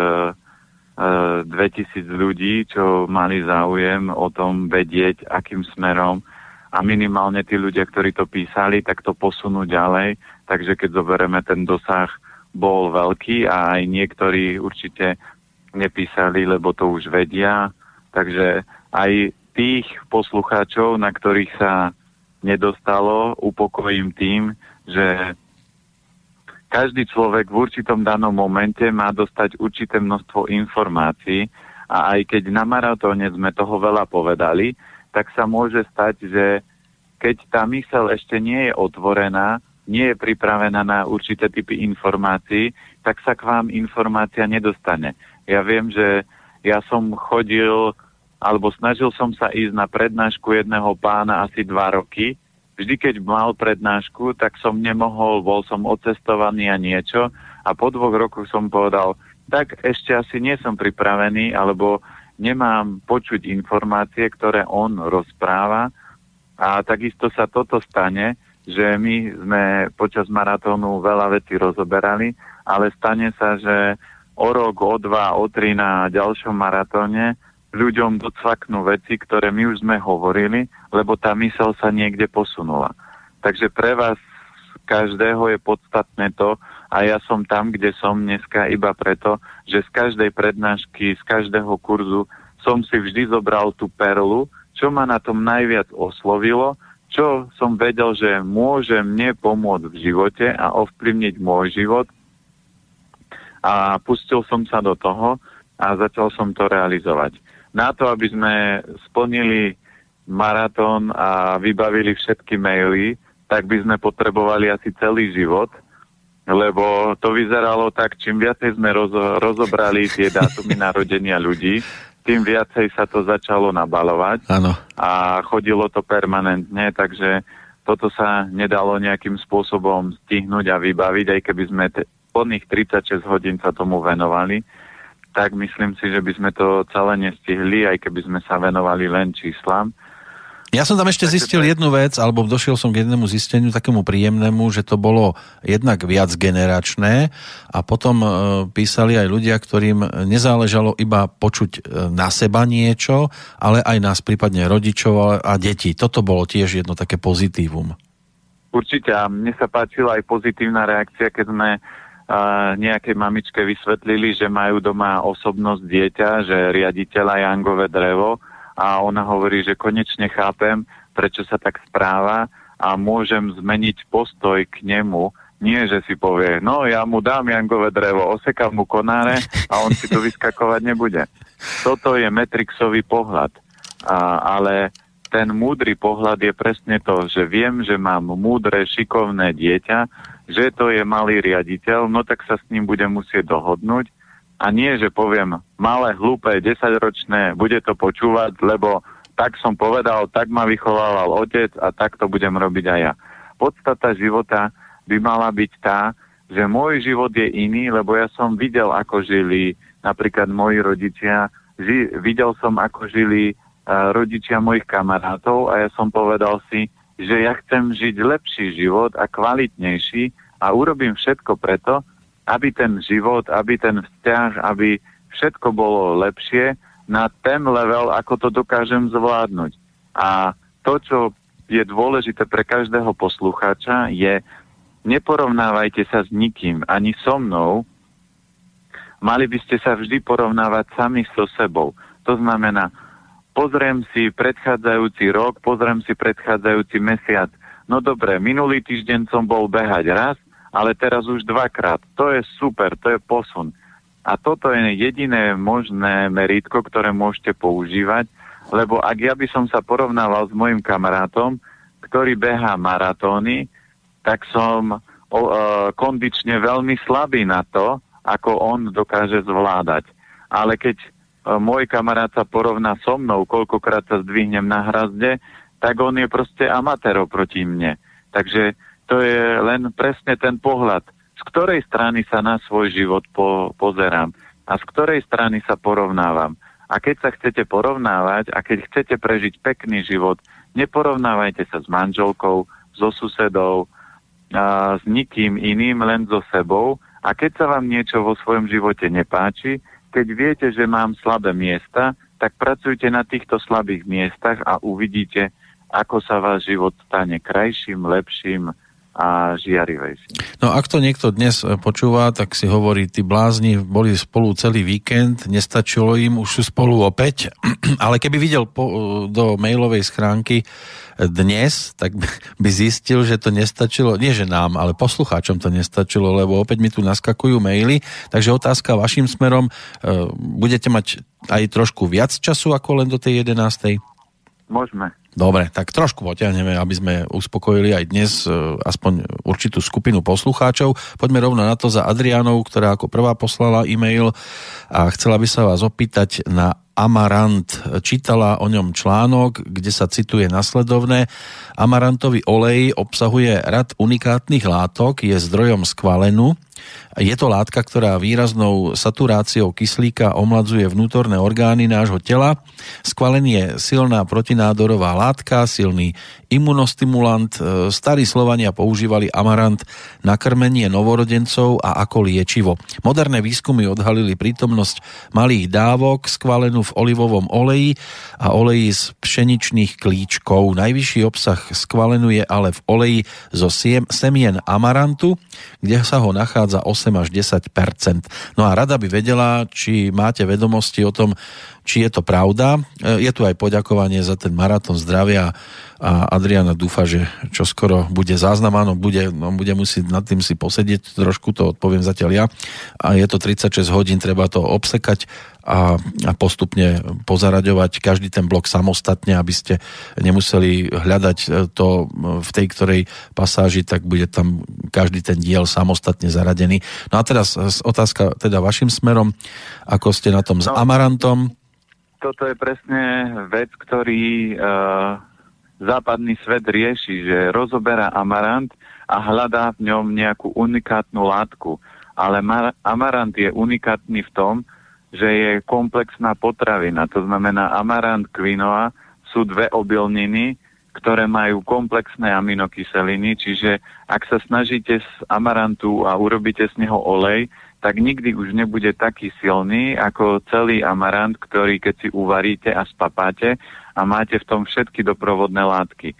dvetisíc ľudí, čo mali záujem o tom vedieť, akým smerom. A minimálne tí ľudia, ktorí to písali, tak to posunú ďalej. Takže keď zoberieme, ten dosah bol veľký a aj niektorí určite nepísali, lebo to už vedia. Takže aj tých poslucháčov, na ktorých sa nedostalo, upokojím tým, že každý človek v určitom danom momente má dostať určité množstvo informácií a aj keď na maratóne sme toho veľa povedali, tak sa môže stať, že keď tá myseľ ešte nie je otvorená, nie je pripravená na určité typy informácií, tak sa k vám informácia nedostane. Ja viem, že ja som chodil, alebo snažil som sa ísť na prednášku jedného pána asi dva roky. Vždy, keď mal prednášku, tak som nemohol, bol som odcestovaný a niečo. A po dvoch rokoch som povedal, tak ešte asi nie som pripravený, alebo nemám počuť informácie, ktoré on rozpráva. A takisto sa toto stane, že my sme počas maratónu veľa vecí rozoberali, ale stane sa, že o rok, o dva, o tri na ďalšom maratóne ľuďom docvaknú veci, ktoré my už sme hovorili, lebo tá myseľ sa niekde posunula. Takže pre vás každého je podstatné to, a ja som tam, kde som dneska iba preto, že z každej prednášky, z každého kurzu som si vždy zobral tú perlu, čo ma na tom najviac oslovilo, čo som vedel, že môže mne pomôcť v živote a ovplyvniť môj život. A pustil som sa do toho a začal som to realizovať. Na to, aby sme splnili maratón a vybavili všetky maily, tak by sme potrebovali asi celý život, lebo to vyzeralo tak, čím viacej sme rozo- rozobrali tie dátumy narodenia ľudí, tým viacej sa to začalo nabalovať. Áno. A chodilo to permanentne, takže toto sa nedalo nejakým spôsobom stihnúť a vybaviť, aj keby sme te- plných tridsaťšesť hodín sa tomu venovali, tak myslím si, že by sme to celé nestihli, aj keby sme sa venovali len číslam. Ja som tam ešte zistil jednu vec, alebo došiel som k jednému zisteniu takému príjemnému, že to bolo jednak viac generačné a potom e, písali aj ľudia, ktorým nezáležalo iba počuť e, na seba niečo, ale aj nás prípadne rodičov a detí. Toto bolo tiež jedno také pozitívum. Určite, a mne sa páčila aj pozitívna reakcia, keď sme e, nejakej mamičke vysvetlili, že majú doma osobnosť dieťa, že riaditeľa Jangové drevo, a ona hovorí, že konečne chápem, prečo sa tak správa a môžem zmeniť postoj k nemu. Nie, že si povie, no ja mu dám Jangové drevo, osekám mu konáre a on si tu vyskakovať nebude. Toto je Matrixový pohľad. A, ale ten múdry pohľad je presne to, že viem, že mám múdre, šikovné dieťa, že to je malý riaditeľ, no tak sa s ním budem musieť dohodnúť. A nie, že poviem, malé, hlúpe, desaťročné, bude to počúvať, lebo tak som povedal, tak ma vychovával otec a tak to budem robiť aj ja. Podstata života by mala byť tá, že môj život je iný, lebo ja som videl, ako žili napríklad moji rodičia, ži- videl som, ako žili uh, rodičia mojich kamarátov a ja som povedal si, že ja chcem žiť lepší život a kvalitnejší a urobím všetko preto, aby ten život, aby ten vzťah, aby všetko bolo lepšie na ten level, ako to dokážem zvládnuť. A to, čo je dôležité pre každého poslucháča, je neporovnávajte sa s nikým, ani so mnou. Mali by ste sa vždy porovnávať sami so sebou. To znamená, pozriem si predchádzajúci rok, pozriem si predchádzajúci mesiac. No dobre, minulý týždeň som bol behať raz, ale teraz už dvakrát. To je super, to je posun. A toto je jediné možné meritko, ktoré môžete používať, lebo ak ja by som sa porovnával s mojim kamarátom, ktorý behá maratóny, tak som o, e, kondične veľmi slabý na to, ako on dokáže zvládať. Ale keď e, môj kamarát sa porovná so mnou, koľkokrát sa zdvihnem na hrazde, tak on je proste amatér proti mne. Takže to je len presne ten pohľad, z ktorej strany sa na svoj život po, pozerám a z ktorej strany sa porovnávam. A keď sa chcete porovnávať a keď chcete prežiť pekný život, neporovnávajte sa s manželkou, so susedou, a s nikým iným, len so sebou. A keď sa vám niečo vo svojom živote nepáči, keď viete, že mám slabé miesta, tak pracujte na týchto slabých miestach a uvidíte, ako sa váš život stane krajším, lepším a žiarivejším. No ak to niekto dnes počúva, tak si hovorí, tí blázni boli spolu celý víkend, nestačilo im, už sú spolu opäť, ale keby videl po, do mailovej schránky dnes, tak by zistil, že to nestačilo, nie že nám, ale poslucháčom to nestačilo, lebo opäť mi tu naskakujú maily, takže otázka vašim smerom, budete mať aj trošku viac času ako len do tej jedenástej? Môžeme. Dobre, tak trošku potiahneme, aby sme uspokojili aj dnes aspoň určitú skupinu poslucháčov. Poďme rovno na to za Adriánou, ktorá ako prvá poslala e-mail a chcela by sa vás opýtať na Amarant. Čítala o ňom článok, kde sa cituje nasledovné. Amarantový olej obsahuje rad unikátnych látok, je zdrojom skvalenu, Je to látka, ktorá výraznou saturáciou kyslíka omladzuje vnútorné orgány nášho tela. Skvalen je silná protinádorová látka, silný imunostimulant. Starí Slovania používali amarant na krmenie novorodencov a ako liečivo. Moderné výskumy odhalili prítomnosť malých dávok skvalenu v olivovom oleji a oleji z pšeničných klíčkov. Najvyšší obsah skvalenu je ale v oleji zo semien amarantu, kde sa ho nachádza osem až desať percent. No a rada by vedela, či máte vedomosti o tom, či je to pravda. Je tu aj poďakovanie za ten maratón zdravia a Adriana dúfa, že čo skoro bude záznam, áno, bude, no, bude musieť nad tým si posedieť trošku, to odpoviem zatiaľ ja. A je to tridsaťšesť hodín, treba to obsekať a, a postupne pozaraďovať každý ten blok samostatne, aby ste nemuseli hľadať to v tej ktorej pasáži, tak bude tam každý ten diel samostatne zaradený. No a teraz otázka teda vašim smerom, ako ste na tom s amarantom? Toto je presne vec, ktorý uh, západný svet rieši, že rozoberá amarant a hľadá v ňom nejakú unikátnu látku. Ale mar- amarant je unikátny v tom, že je komplexná potravina. To znamená, amarant, quinoa sú dve obilniny, ktoré majú komplexné aminokyseliny, čiže ak sa snažíte z amarantu a urobíte z neho olej, tak nikdy už nebude taký silný ako celý amarant, ktorý keď si uvaríte a spapáte a máte v tom všetky doprovodné látky.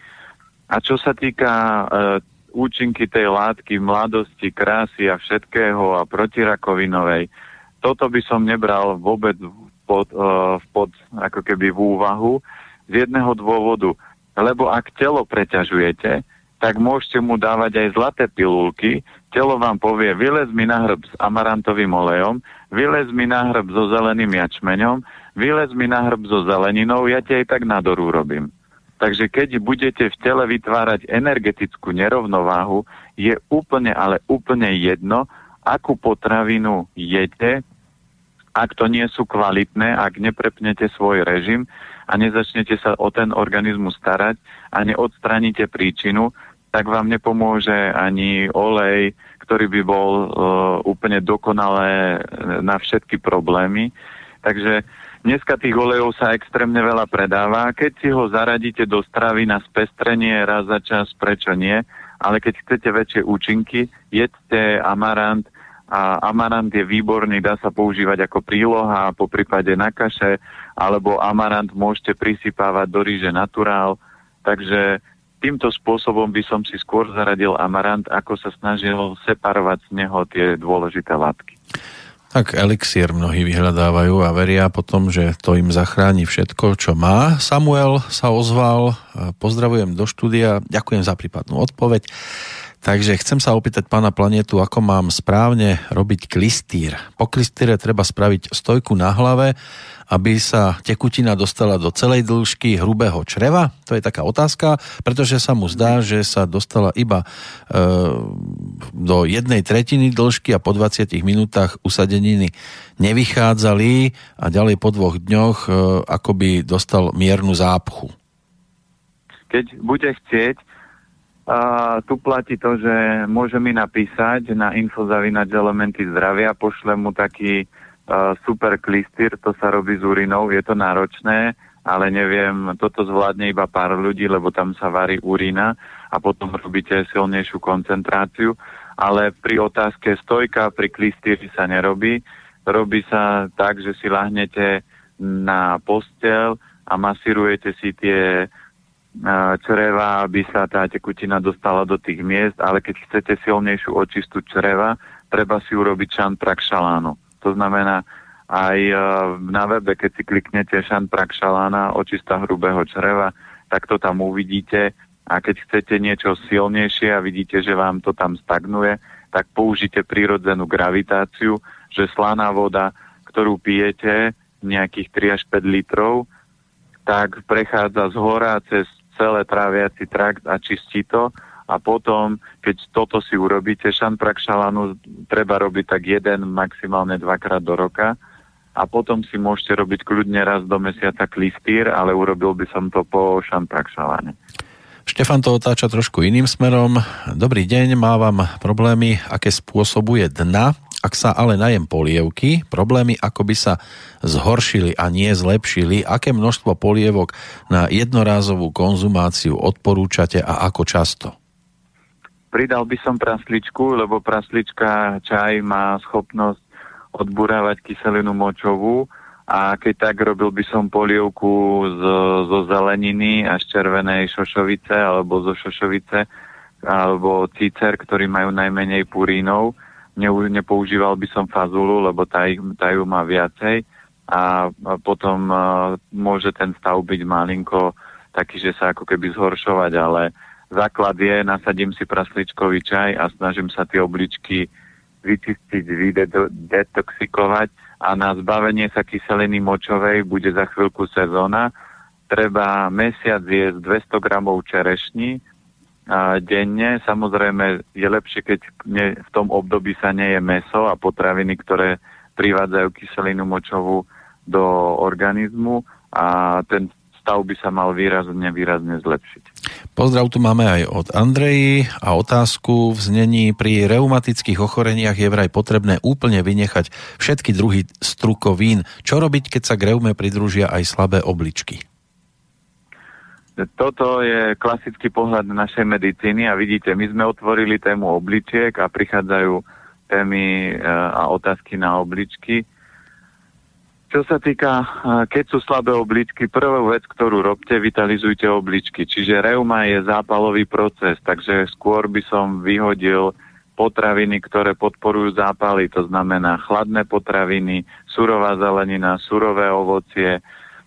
A čo sa týka e, účinky tej látky, mladosti, krásy a všetkého a protirakovinovej, toto by som nebral vôbec pod, e, pod ako keby v úvahu z jedného dôvodu. Lebo ak telo preťažujete, tak môžete mu dávať aj zlaté pilulky. Telo vám povie, vylez mi na hrb s amarantovým olejom, vylez mi na hrb so zeleným jačmeňom, vylez mi na hrb so zeleninou, ja ti aj tak nadoru robím. Takže keď budete v tele vytvárať energetickú nerovnováhu, je úplne, ale úplne jedno, akú potravinu jete, ak to nie sú kvalitné, ak neprepnete svoj režim a nezačnete sa o ten organizmus starať a neodstraníte príčinu, tak vám nepomôže ani olej, ktorý by bol uh, úplne dokonalé na všetky problémy. Takže dneska tých olejov sa extrémne veľa predáva. Keď si ho zaradíte do stravy na spestrenie raz za čas, prečo nie? Ale keď chcete väčšie účinky, jedzte amarant. A amarant je výborný, dá sa používať ako príloha, po prípade na kaše, alebo amarant môžete prisypávať do ríže naturál. Takže týmto spôsobom by som si skôr zaradil amarant, ako sa snažil separovať z neho tie dôležité látky. Tak elixír mnohí vyhľadávajú a veria potom, že to im zachráni všetko, čo má. Samuel sa ozval, pozdravujem do štúdia, ďakujem za prípadnú odpoveď. Takže chcem sa opýtať pána Planetu, ako mám správne robiť klystýr. Po klystýre treba spraviť stojku na hlave, aby sa tekutina dostala do celej dĺžky hrubého čreva? To je taká otázka, pretože sa mu zdá, že sa dostala iba e, do jednej tretiny dĺžky a po dvadsiatich minútach usadeniny nevychádzali a ďalej po dvoch dňoch e, akoby dostal miernu zápchu. Keď bude chcieť, a tu platí to, že môže mi napísať na info zavináč elementy zdravia, pošlem mu taký uh, super klystýr, to sa robí z urinou, je to náročné, ale neviem, toto zvládne iba pár ľudí, lebo tam sa varí urina a potom robíte silnejšiu koncentráciu, ale pri otázke stojka pri klystýri sa nerobí, robí sa tak, že si ľahnete na posteľ a masírujete si tie čreva, aby sa tá tekutina dostala do tých miest, ale keď chcete silnejšiu očistu čreva, treba si urobiť šanprakšalánu. To znamená, aj na webe, keď si kliknete šanprakšalána, očista hrubého čreva, tak to tam uvidíte a keď chcete niečo silnejšie a vidíte, že vám to tam stagnuje, tak použite prírodzenú gravitáciu, že slaná voda, ktorú pijete, nejakých tri až päť litrov, tak prechádza z hora cez celé tráviaci trakt a čistí to a potom, keď toto si urobíte, šanprakšalanu treba robiť tak jeden, maximálne dvakrát do roka a potom si môžete robiť kľudne raz do mesiaca klystýr, ale urobil by som to po šanprakšalane. Štefan to otáča trošku iným smerom. Dobrý deň, mávam problémy, aké spôsobuje dna. Ak sa ale najem polievky, problémy ako by sa zhoršili a nie zlepšili. Aké množstvo polievok na jednorázovú konzumáciu odporúčate a ako často? Pridal by som prasličku, lebo praslička čaj má schopnosť odburávať kyselinu močovú. A keď tak, robil by som polievku zo, zo zeleniny a z červenej šošovice alebo zo šošovice alebo cícer, ktorí majú najmenej purínov. Ne, nepoužíval by som fazulu, lebo tá, tá ju má viacej a, a potom a, môže ten stav byť malinko taký, že sa ako keby zhoršovať, ale základ je, nasadím si prasličkový čaj a snažím sa tie obličky vyčistiť, vydetoxikovať a na zbavenie sa kyseliny močovej bude za chvíľku sezóna. Treba mesiac jesť dvesto gramov čerešní a denne. Samozrejme je lepšie, keď ne, v tom období sa neje mäso a potraviny, ktoré privádzajú kyselinu močovú do organizmu a ten stav by sa mal výrazne, výrazne zlepšiť. Pozdrav tu máme aj od Andreji a otázku v znení: pri reumatických ochoreniach je vraj potrebné úplne vynechať všetky druhy strukovín. Čo robiť, keď sa k reume pridružia aj slabé obličky? Toto je klasický pohľad našej medicíny a vidíte, my sme otvorili tému obličiek a prichádzajú témy a otázky na obličky. Čo sa týka, keď sú slabé obličky, prvú vec, ktorú robte, vitalizujte obličky. Čiže reuma je zápalový proces, takže skôr by som vyhodil potraviny, ktoré podporujú zápaly, to znamená chladné potraviny, surová zelenina, surové ovocie,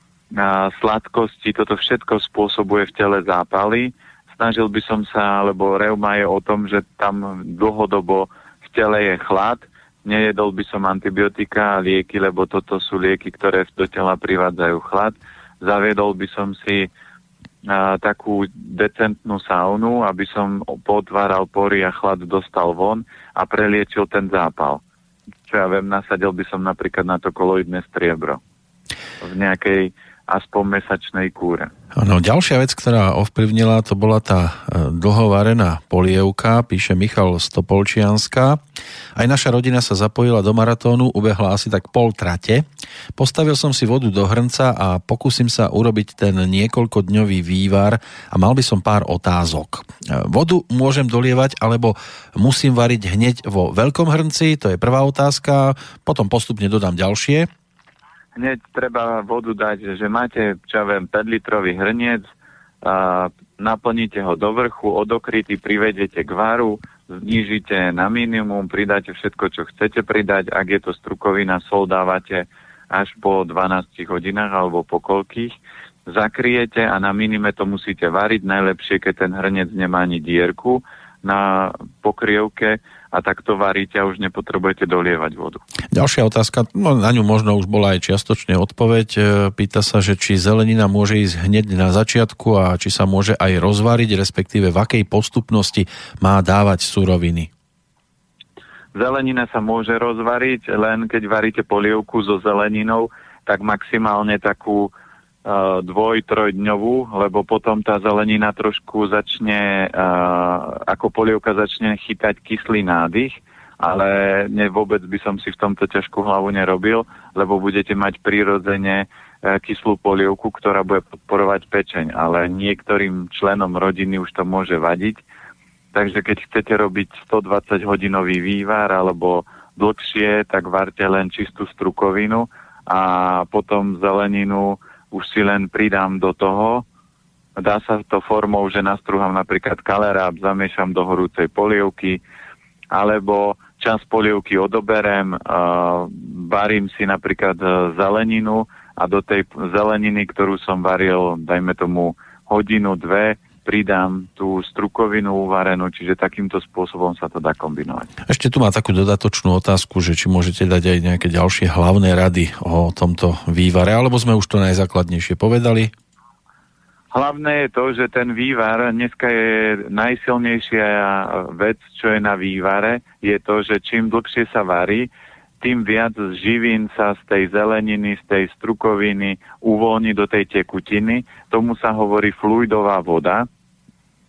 sladkosti, toto všetko spôsobuje v tele zápaly. Snažil by som sa, lebo reuma je o tom, že tam dlhodobo v tele je chlad. Nejedol by som antibiotika a lieky, lebo toto sú lieky, ktoré do tela privádzajú chlad. Zaviedol by som si a, takú decentnú saunu, aby som potváral pory a chlad dostal von a preliečil ten zápal. Čo ja viem, nasadil by som napríklad na to koloidné striebro v nejakej aspoň mesačnej kúre. No, ďalšia vec, ktorá ovplyvnila, to bola tá dlhovarená polievka, píše Michal z Topolčianska. Aj naša rodina sa zapojila do maratónu, ubehla asi tak pol trate. Postavil som si vodu do hrnca a pokúsim sa urobiť ten niekoľkodňový vývar a mal by som pár otázok. Vodu môžem dolievať, alebo musím variť hneď vo veľkom hrnci? To je prvá otázka. Potom postupne dodám ďalšie. Hneď treba vodu dať, že máte, čo ja viem, päťlitrový hrniec, a naplníte ho do vrchu, odokrytý, privedete k varu, znížite na minimum, pridáte všetko, čo chcete pridať. Ak je to strukovina, sol dávate až po dvanástich hodinách alebo po koľkých. Zakriete a na minime to musíte variť. Najlepšie, keď ten hrniec nemá ani dierku na pokrievke a takto varíte a už nepotrebujete dolievať vodu. Ďalšia otázka, no na ňu možno už bola aj čiastočne odpoveď. Pýta sa, že či zelenina môže ísť hneď na začiatku a či sa môže aj rozvariť, respektíve v akej postupnosti má dávať suroviny. Zelenina sa môže rozvariť, len keď varíte polievku so zeleninou, tak maximálne takú dvoj, trojdňovú, lebo potom tá zelenina trošku začne, uh, ako polievka začne chytať kyslý nádych, ale ne, vôbec by som si v tomto ťažkú hlavu nerobil, lebo budete mať prirodzene uh, kyslú polievku, ktorá bude podporovať pečeň, ale niektorým členom rodiny už to môže vadiť. Takže keď chcete robiť stodvadsať hodinový vývar alebo dlhšie, tak varte len čistú strukovinu a potom zeleninu už si len pridám do toho. Dá sa to formou, že nastruhám napríklad kaleráb, zamiešam do horúcej polievky, alebo časť polievky odoberem, uh, varím si napríklad zeleninu a do tej zeleniny, ktorú som varil, dajme tomu hodinu, dve, pridám tú strukovinu uvarenú, čiže takýmto spôsobom sa to dá kombinovať. Ešte tu má takú dodatočnú otázku, že či môžete dať aj nejaké ďalšie hlavné rady o tomto vývare, alebo sme už to najzákladnejšie povedali? Hlavné je to, že ten vývar, dneska je najsilnejšia vec, čo je na vývare, je to, že čím dlhšie sa varí, tým viac živín sa z tej zeleniny, z tej strukoviny uvoľní do tej tekutiny. Tomu sa hovorí fluidová voda.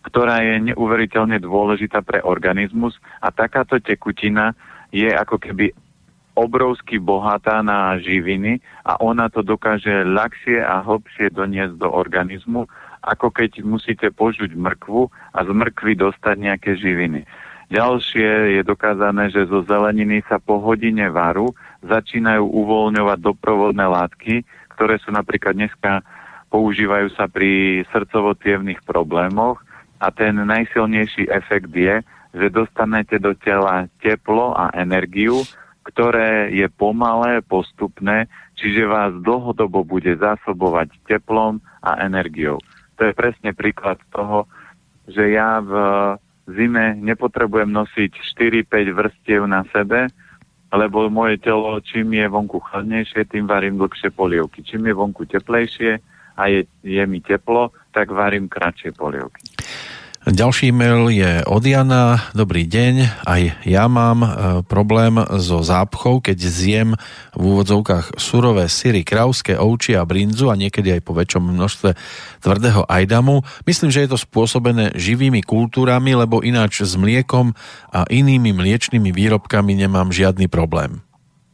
ktorá je neuveriteľne dôležitá pre organizmus a takáto tekutina je ako keby obrovsky bohatá na živiny a ona to dokáže ľahšie a hlbšie doniesť do organizmu, ako keď musíte požuť mrkvu a z mrkvy dostať nejaké živiny. Ďalšie je dokázané, že zo zeleniny sa po hodine varu začínajú uvoľňovať doprovodné látky, ktoré sú napríklad dneska používajú sa pri srdcovo-cievnych problémoch a ten najsilnejší efekt je, že dostanete do tela teplo a energiu, ktoré je pomalé, postupné, čiže vás dlhodobo bude zásobovať teplom a energiou. To je presne príklad toho, že ja v zime nepotrebujem nosiť štyri päť vrstiev na sebe, lebo moje telo, čím je vonku chladnejšie, tým varím dlhšie polievky. Čím je vonku teplejšie a je, je mi teplo, tak varím kratšie polievky. Ďalší e-mail je od Jana. Dobrý deň, aj ja mám e, problém so zápchou, keď zjem v úvodzovkách surové syry, krauské, ovčie a brinzu a niekedy aj po väčšom množstve tvrdého ajdamu. Myslím, že je to spôsobené živými kultúrami, lebo ináč s mliekom a inými mliečnymi výrobkami nemám žiadny problém.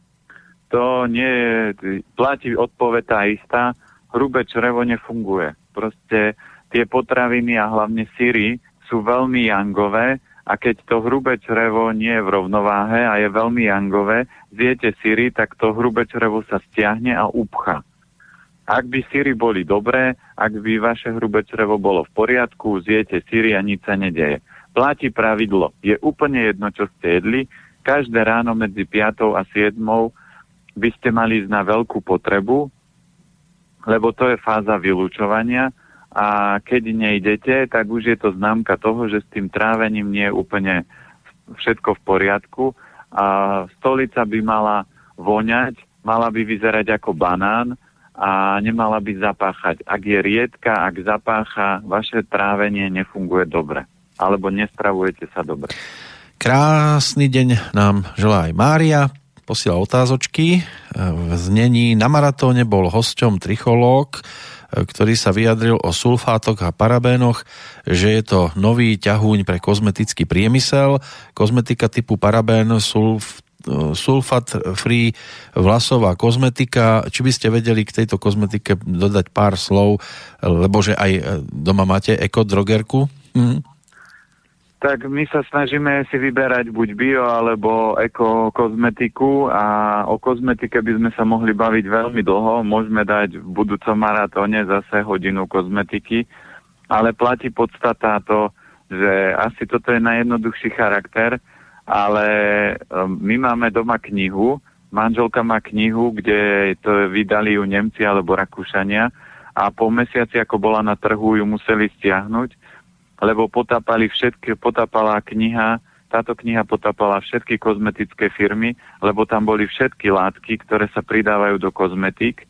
To nie je, platí odpoveď tá istá, hrubé črevo nefunguje. Proste tie potraviny a hlavne syry sú veľmi jangové a keď to hrubé črevo nie je v rovnováhe a je veľmi jangové, zjete syry, tak to hrubé črevo sa stiahne a upcha. Ak by syry boli dobré, ak by vaše hrubé črevo bolo v poriadku, zjete syry a nič sa nedeje. Platí pravidlo. Je úplne jedno, čo ste jedli. Každé ráno medzi piatou a siedmou by ste mali ísť na veľkú potrebu, lebo to je fáza vylúčovania. A keď nejdete, tak už je to známka toho, že s tým trávením nie je úplne všetko v poriadku. A stolica by mala voňať, mala by vyzerať ako banán a nemala by zapáchať. Ak je riedka, ak zapácha, vaše trávenie nefunguje dobre. Alebo nespravujete sa dobre. Krásny deň nám želá aj Mária. Posiela otázočky. V znení na maratóne bol hosťom trichológ, ktorý sa vyjadril o sulfátoch a parabénoch, že je to nový ťahúň pre kozmetický priemysel. Kozmetika typu parabén, sulf, sulfat free, vlasová kozmetika. Či by ste vedeli k tejto kozmetike dodať pár slov, lebo že aj doma máte ekodrogerku? Hm. Tak my sa snažíme si vyberať buď bio alebo eko kozmetiku a o kozmetike by sme sa mohli baviť veľmi dlho. Môžeme dať v budúcom maratóne zase hodinu kozmetiky, ale platí podstata to, že asi toto je najjednoduchší charakter, ale my máme doma knihu, manželka má knihu, kde to vydali ju Nemci alebo Rakúšania a po mesiaci, ako bola na trhu, ju museli stiahnuť, lebo potápali všetky, potápala kniha, táto kniha potápala všetky kozmetické firmy, lebo tam boli všetky látky, ktoré sa pridávajú do kozmetík,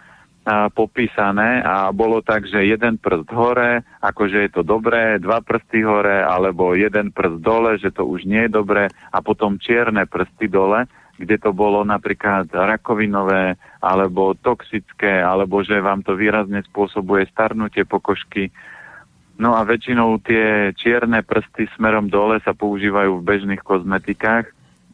a popísané a bolo tak, že jeden prst hore, akože je to dobré, dva prsty hore, alebo jeden prst dole, že to už nie je dobré a potom čierne prsty dole, kde to bolo napríklad rakovinové, alebo toxické, alebo že vám to výrazne spôsobuje starnutie pokožky. No a väčšinou tie čierne prsty smerom dole sa používajú v bežných kozmetikách.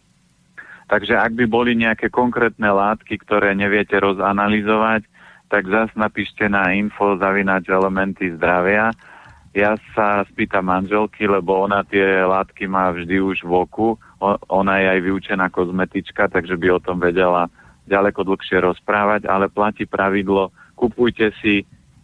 Takže ak by boli nejaké konkrétne látky, ktoré neviete rozanalizovať, tak zás napíšte na info zavináč elementy zdravia. Ja sa spýtam manželky, lebo ona tie látky má vždy už v oku. Ona je aj vyučená kozmetička, takže by o tom vedela ďaleko dlhšie rozprávať, ale platí pravidlo, kupujte si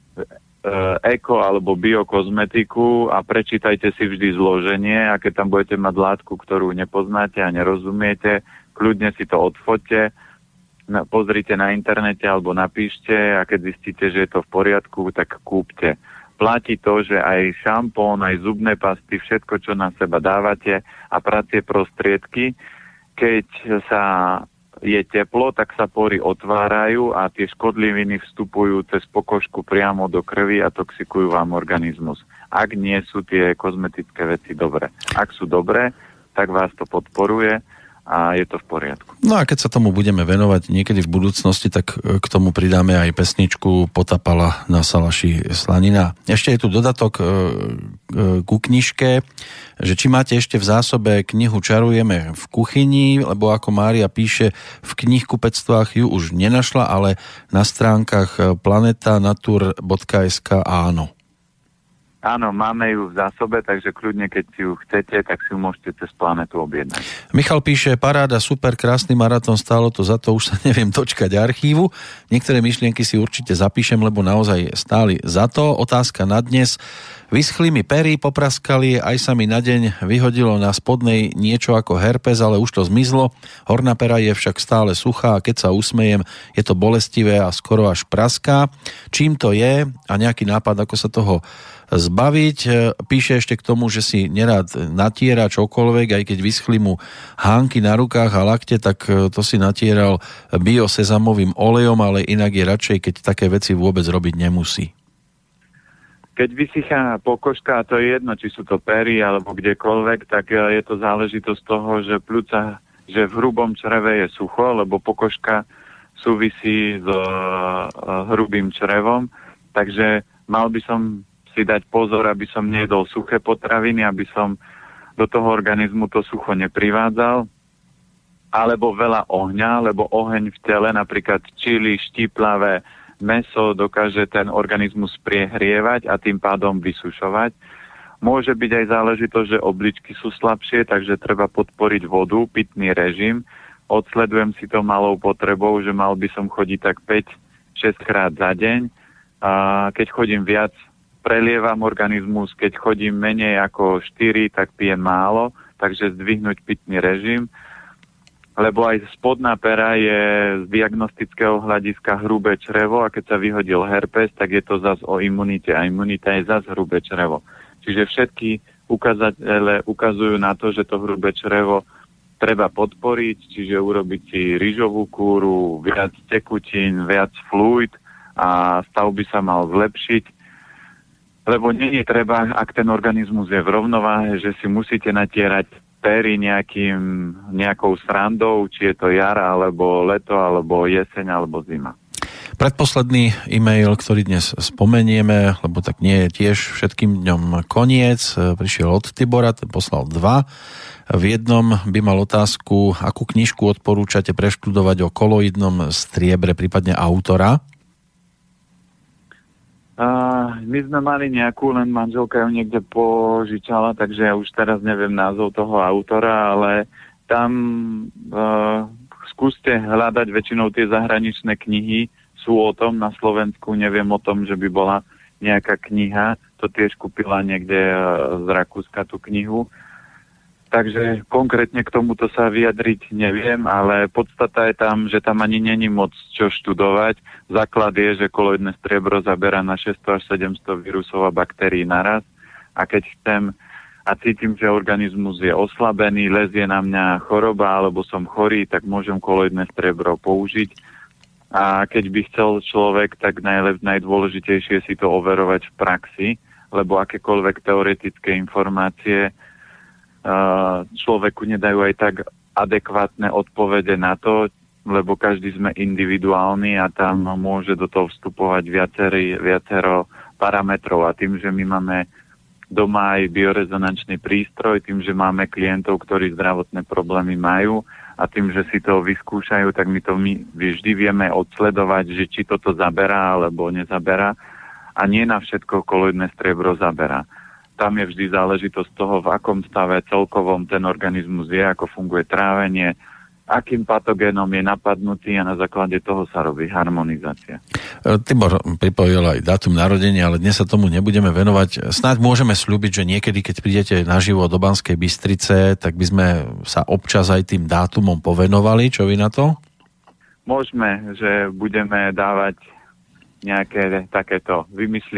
eko alebo biokozmetiku a prečítajte si vždy zloženie a keď tam budete mať látku, ktorú nepoznáte a nerozumiete, kľudne si to odfoťte, pozrite na internete alebo napíšte a keď zistíte, že je to v poriadku, tak kúpte. Platí to, že aj šampón, aj zubné pasty, všetko, čo na seba dávate a pracie prostriedky, keď sa je teplo, tak sa pory otvárajú a tie škodliviny vstupujú cez pokožku priamo do krvi a toxikujú vám organizmus. Ak nie sú tie kozmetické veci dobré. Ak sú dobré, tak vás to podporuje a je to v poriadku. No a keď sa tomu budeme venovať niekedy v budúcnosti, tak k tomu pridáme aj pesničku Potapala na salaši slanina. Ešte je tu dodatok ku knižke, že či máte ešte v zásobe knihu Čarujeme v kuchyni, lebo ako Mária píše, v knihkupectvách ju už nenašla, ale na stránkach planetanatur bodka es ká áno. Áno, máme ju v zásobe, takže kľudne, keď si ju chcete, tak si ju môžete cez Planetu objednať. Michal píše, paráda, super, krásny maratón, stálo to za to, už sa neviem dočkať archívu. Niektoré myšlienky si určite zapíšem, lebo naozaj stáli za to. Otázka na dnes. Vyschli mi pery, popraskali, aj sa mi na deň vyhodilo na spodnej niečo ako herpes, ale už to zmizlo. Horná pera je však stále suchá a keď sa usmejem, je to bolestivé a skoro až praská. Čím to je a nejaký nápad, ako sa toho zbaviť. Píše ešte k tomu, že si nerád natiera čokoľvek, aj keď vyschli mu hánky na rukách a lakte, tak to si natieral biosezamovým olejom, ale inak je radšej, keď také veci vôbec robiť nemusí. Keď vysychá pokožka, a to je jedno, či sú to pery alebo kdekoľvek, tak je to záležitosť toho, že pľúca, že v hrubom čreve je sucho, lebo pokožka súvisí s hrubým črevom, takže mal by som si dať pozor, aby som nejedol suché potraviny, aby som do toho organizmu to sucho neprivádzal, alebo veľa ohňa, lebo oheň v tele, napríklad čili, štíplavé mäso dokáže ten organizmus priehrievať a tým pádom vysušovať. Môže byť aj záležitosť, že obličky sú slabšie, takže treba podporiť vodu, pitný režim. Odsledujem si to malou potrebou, že mal by som chodiť tak päť šesť krát za deň. A keď chodím viac, prelievam organizmus, keď chodím menej ako štyri, tak pijem málo, takže zdvihnúť pitný režim, lebo aj spodná pera je z diagnostického hľadiska hrubé črevo a keď sa vyhodil herpes, tak je to zas o imunite a imunita je zas hrubé črevo. Čiže všetky ukazatele ukazujú na to, že to hrubé črevo treba podporiť, čiže urobiť si rýžovú kúru, viac tekutín, viac fluid a stav by sa mal zlepšiť. Lebo nie je treba, ak ten organizmus je v rovnováhe, že si musíte natierať pery nejakým, nejakou srandou, či je to jar, alebo leto, alebo jeseň, alebo zima. Predposledný e-mail, ktorý dnes spomenieme, lebo tak nie je tiež všetkým dňom koniec, prišiel od Tibora, ten poslal dva. V jednom by mal otázku, akú knižku odporúčate preštudovať o koloidnom striebre, prípadne autora? Uh, my sme mali nejakú, len manželka ju niekde požičala, takže ja už teraz neviem názov toho autora, ale tam uh, skúste hľadať, väčšinou tie zahraničné knihy sú o tom, na Slovensku neviem o tom, že by bola nejaká kniha, to tiež kúpila niekde uh, z Rakúska tú knihu. Takže konkrétne k tomuto sa vyjadriť neviem, ale podstata je tam, že tam ani není moc čo študovať. Základ je, že koloidné striebro zaberá na šesťsto až sedemsto vírusov a baktérií naraz. A keď chcem a cítim, že organizmus je oslabený, lezie na mňa choroba alebo som chorý, tak môžem koloidné striebro použiť. A keď by chcel človek, tak najlep, najdôležitejšie si to overovať v praxi, lebo akékoľvek teoretické informácie človeku nedajú aj tak adekvátne odpovede na to, lebo každý sme individuálny a tam môže do toho vstupovať viacerý, viacero parametrov. A tým, že my máme doma aj biorezonančný prístroj, tým, že máme klientov, ktorí zdravotné problémy majú a tým, že si to vyskúšajú, tak my to my vždy vieme odsledovať, že či toto zaberá alebo nezaberá a nie na všetko koloidné striebro zaberá. Tam je vždy záležitosť toho, v akom stave celkovom ten organizmus je, ako funguje trávenie, akým patogénom je napadnutý a na základe toho sa robí harmonizácia. Tibor pripojil aj dátum narodenia, ale dnes sa tomu nebudeme venovať. Snáď môžeme sľúbiť, že niekedy, keď prídete naživo do Banskej Bystrice, tak by sme sa občas aj tým dátumom povenovali. Čo vy na to? Môžeme, že budeme dávať nejaké takéto, vymyslíme.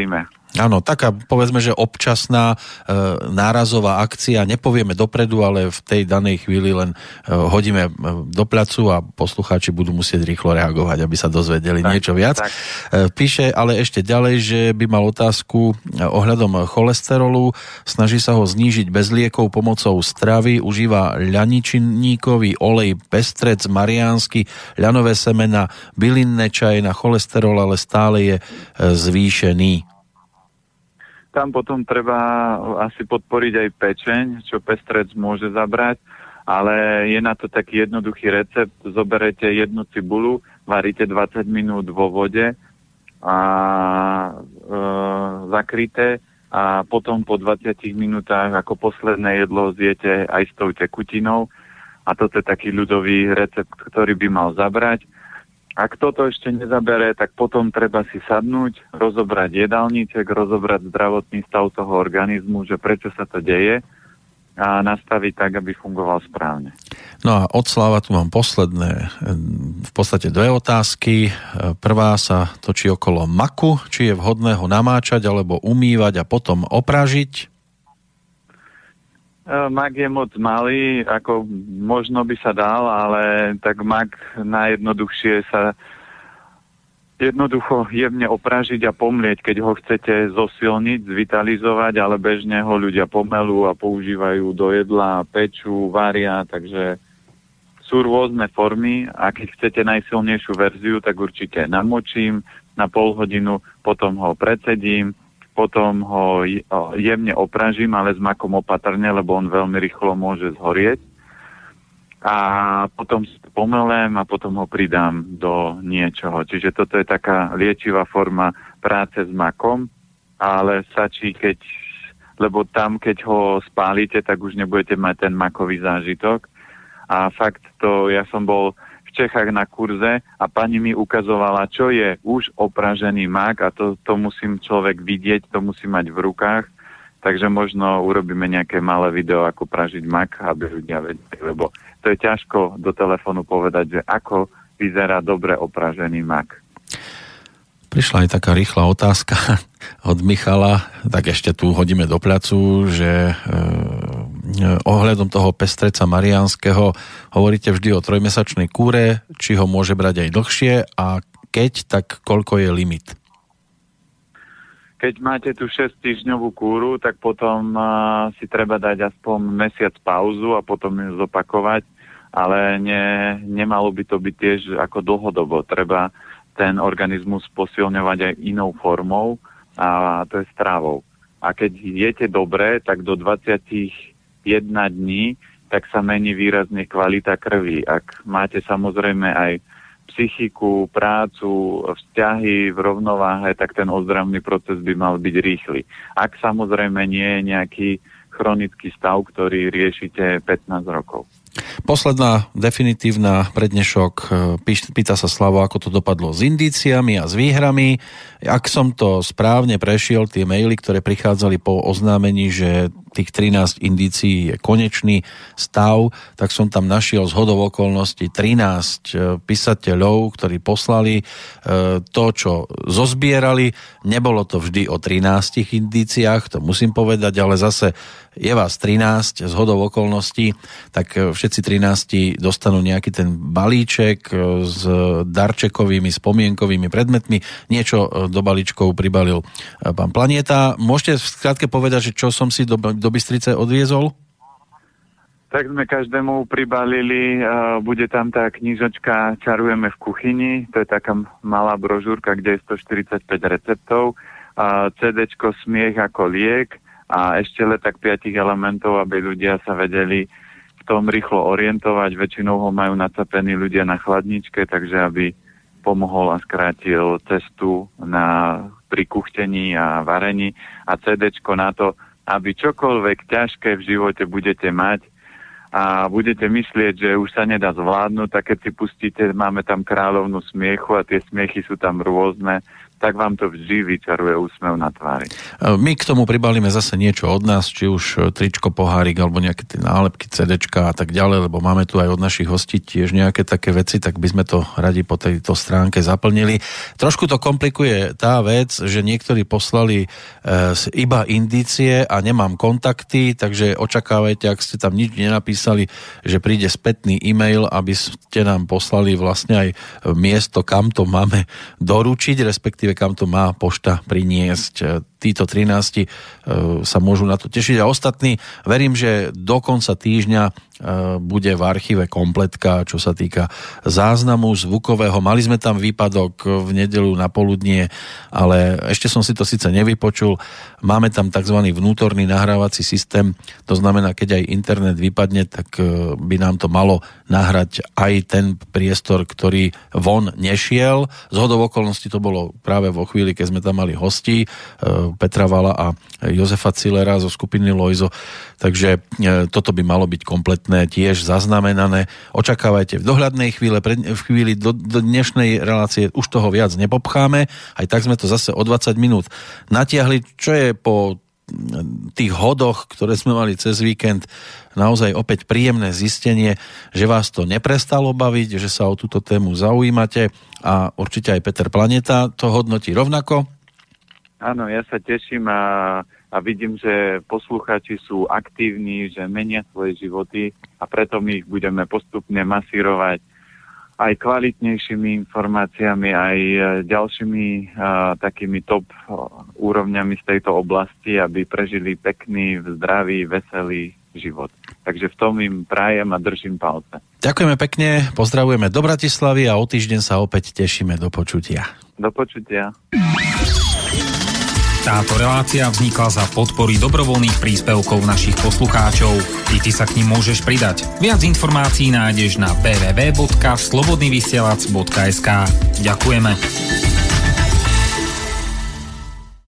Áno, taká povedzme, že občasná e, nárazová akcia, nepovieme dopredu, ale v tej danej chvíli len e, hodíme do placu a poslucháči budú musieť rýchlo reagovať, aby sa dozvedeli tak, niečo viac. E, píše ale ešte ďalej, že by mal otázku ohľadom cholesterolu, snaží sa ho znížiť bez liekov pomocou stravy, užíva ľaničníkový olej pestrec, mariánsky, ľanové semena, bylinné čaje na cholesterol, ale stále je e, zvýšený. Tam potom treba asi podporiť aj pečeň, čo pestrec môže zabrať, ale je na to taký jednoduchý recept. Zoberete jednu cibulu, varíte dvadsať minút vo vode a e, zakryté a potom po dvadsiatich minútach ako posledné jedlo zjete aj s tou tekutinou a toto je taký ľudový recept, ktorý by mal zabrať. Ak toto ešte nezabere, tak potom treba si sadnúť, rozobrať jedálniček, rozobrať zdravotný stav toho organizmu, že prečo sa to deje a nastaviť tak, aby fungoval správne. No a od Sláva tu mám posledné, v podstate dve otázky. Prvá sa točí okolo maku, či je vhodné ho namáčať alebo umývať a potom opražiť. Mak je moc malý, ako možno by sa dal, ale tak mak najjednoduchšie sa jednoducho jemne opražiť a pomlieť, keď ho chcete zosilniť, zvitalizovať, ale bežne ho ľudia pomelú a používajú do jedla, pečú, varia, takže sú rôzne formy a keď chcete najsilnejšiu verziu, tak určite namočím na pol hodinu, potom ho precedím, potom ho jemne opražím, ale s makom opatrne, lebo on veľmi rýchlo môže zhorieť. A potom si to pomelém a potom ho pridám do niečoho. Čiže toto je taká liečivá forma práce s makom, ale stačí, keď, lebo tam, keď ho spálite, tak už nebudete mať ten makový zážitok. A fakt to, ja som bol v Čechách na kurze a pani mi ukazovala, čo je už opražený mak a to, to musím človek vidieť, to musí mať v rukách, takže možno urobíme nejaké malé video, ako pražiť mak, aby ľudia vedeli, lebo to je ťažko do telefónu povedať, že ako vyzerá dobre opražený mak. Prišla aj taká rýchla otázka od Michala, tak ešte tu hodíme do placu, že e, ohľadom toho pestreca mariánskeho hovoríte vždy o trojmesačnej kúre, či ho môže brať aj dlhšie a keď, tak koľko je limit? Keď máte tú šesťtýždňovú kúru, tak potom uh, si treba dať aspoň mesiac pauzu a potom ju zopakovať, ale ne, nemalo by to byť tiež ako dlhodobo. Treba ten organizmus posilňovať aj inou formou a to je stravou. A keď jete dobre, tak do dvadsaťjeden dní tak sa mení výrazne kvalita krvi. Ak máte samozrejme aj psychiku, prácu, vzťahy v rovnováhe, tak ten ozdravný proces by mal byť rýchly. Ak samozrejme nie je nejaký chronický stav, ktorý riešite pätnásť rokov. Posledná definitívna prednešok, pýta sa Slavo, ako to dopadlo s indíciami a s výhrami. Ak som to správne prešiel, tie maily, ktoré prichádzali po oznámení, že tých trinásť indícií je konečný stav, tak som tam našiel zhodou okolností trinásť písateľov, ktorí poslali to, čo zozbierali. Nebolo to vždy o trinástich indíciách, to musím povedať, ale zase je vás trinásť zhodou okolností, tak všetci trinásti dostanú nejaký ten balíček s darčekovými, spomienkovými predmetmi. Niečo do balíčkov pribalil pán Planieta. Môžete v skratke povedať, že čo som si do, do Bystrice odviezol? Tak sme každému pribalili, bude tam tá knižočka Čarujeme v kuchyni, to je taká malá brožúrka, kde je stoštyridsaťpäť receptov, cédéčko Smiech ako liek, a ešte letak piatich elementov, aby ľudia sa vedeli v tom rýchlo orientovať. Väčšinou ho majú nacapený ľudia na chladničke, takže aby pomohol a skrátil cestu na, pri kuchtení a varení. A cédéčko na to, aby čokoľvek ťažké v živote budete mať a budete myslieť, že už sa nedá zvládnuť, tak keď si pustíte, máme tam kráľovnú smiechu a tie smiechy sú tam rôzne, tak vám to vždy vyčaruje úsmev na tvári. My k tomu pribalíme zase niečo od nás, či už tričko, pohárik, alebo nejaké tie nálepky, cédečka a tak ďalej, lebo máme tu aj od našich hostí tiež nejaké také veci, tak by sme to radi po tejto stránke zaplnili. Trošku to komplikuje tá vec, že niektorí poslali e, iba indície a nemám kontakty, takže očakávajte, ak ste tam nič nenapísali, že príde spätný e-mail, aby ste nám poslali vlastne aj miesto, kam to máme doručiť, respektíve kam to má pošta priniesť. Títo trinásti sa môžu na to tešiť a ostatní, verím, že do konca týždňa bude v archíve kompletka, čo sa týka záznamu zvukového. Mali sme tam výpadok v nedeľu na poludnie, ale ešte som si to síce nevypočul. Máme tam tzv. Vnútorný nahrávací systém, to znamená, keď aj internet vypadne, tak by nám to malo nahrať aj ten priestor, ktorý von nešiel. Zhodou okolností to bolo práve vo chvíli, keď sme tam mali hostí, Petra Vala a Jozefa Cillera zo skupiny Lojzo, takže toto by malo byť kompletné, tiež zaznamenané. Očakávajte v dohľadnej chvíle, v chvíli do, do dnešnej relácie už toho viac nepopcháme, aj tak sme to zase o dvadsať minút natiahli, čo je po tých hodoch, ktoré sme mali cez víkend, naozaj opäť príjemné zistenie, že vás to neprestalo baviť, že sa o túto tému zaujímate a určite aj Peter Planeta to hodnotí rovnako. Áno, ja sa teším a, a vidím, že poslucháči sú aktívni, že menia svoje životy a preto my ich budeme postupne masírovať aj kvalitnejšími informáciami, aj ďalšími a, takými top úrovňami z tejto oblasti, aby prežili pekný, zdravý, veselý život. Takže v tom im prajem a držím palce. Ďakujeme pekne, pozdravujeme do Bratislavy a o týždeň sa opäť tešíme. Do počutia. Do počutia. Táto relácia vznikla za podpory dobrovoľných príspevkov našich poslucháčov. I ty sa k nim môžeš pridať. Viac informácií nájdeš na w w w bodka slobodnyvysielac bodka es ka. Ďakujeme.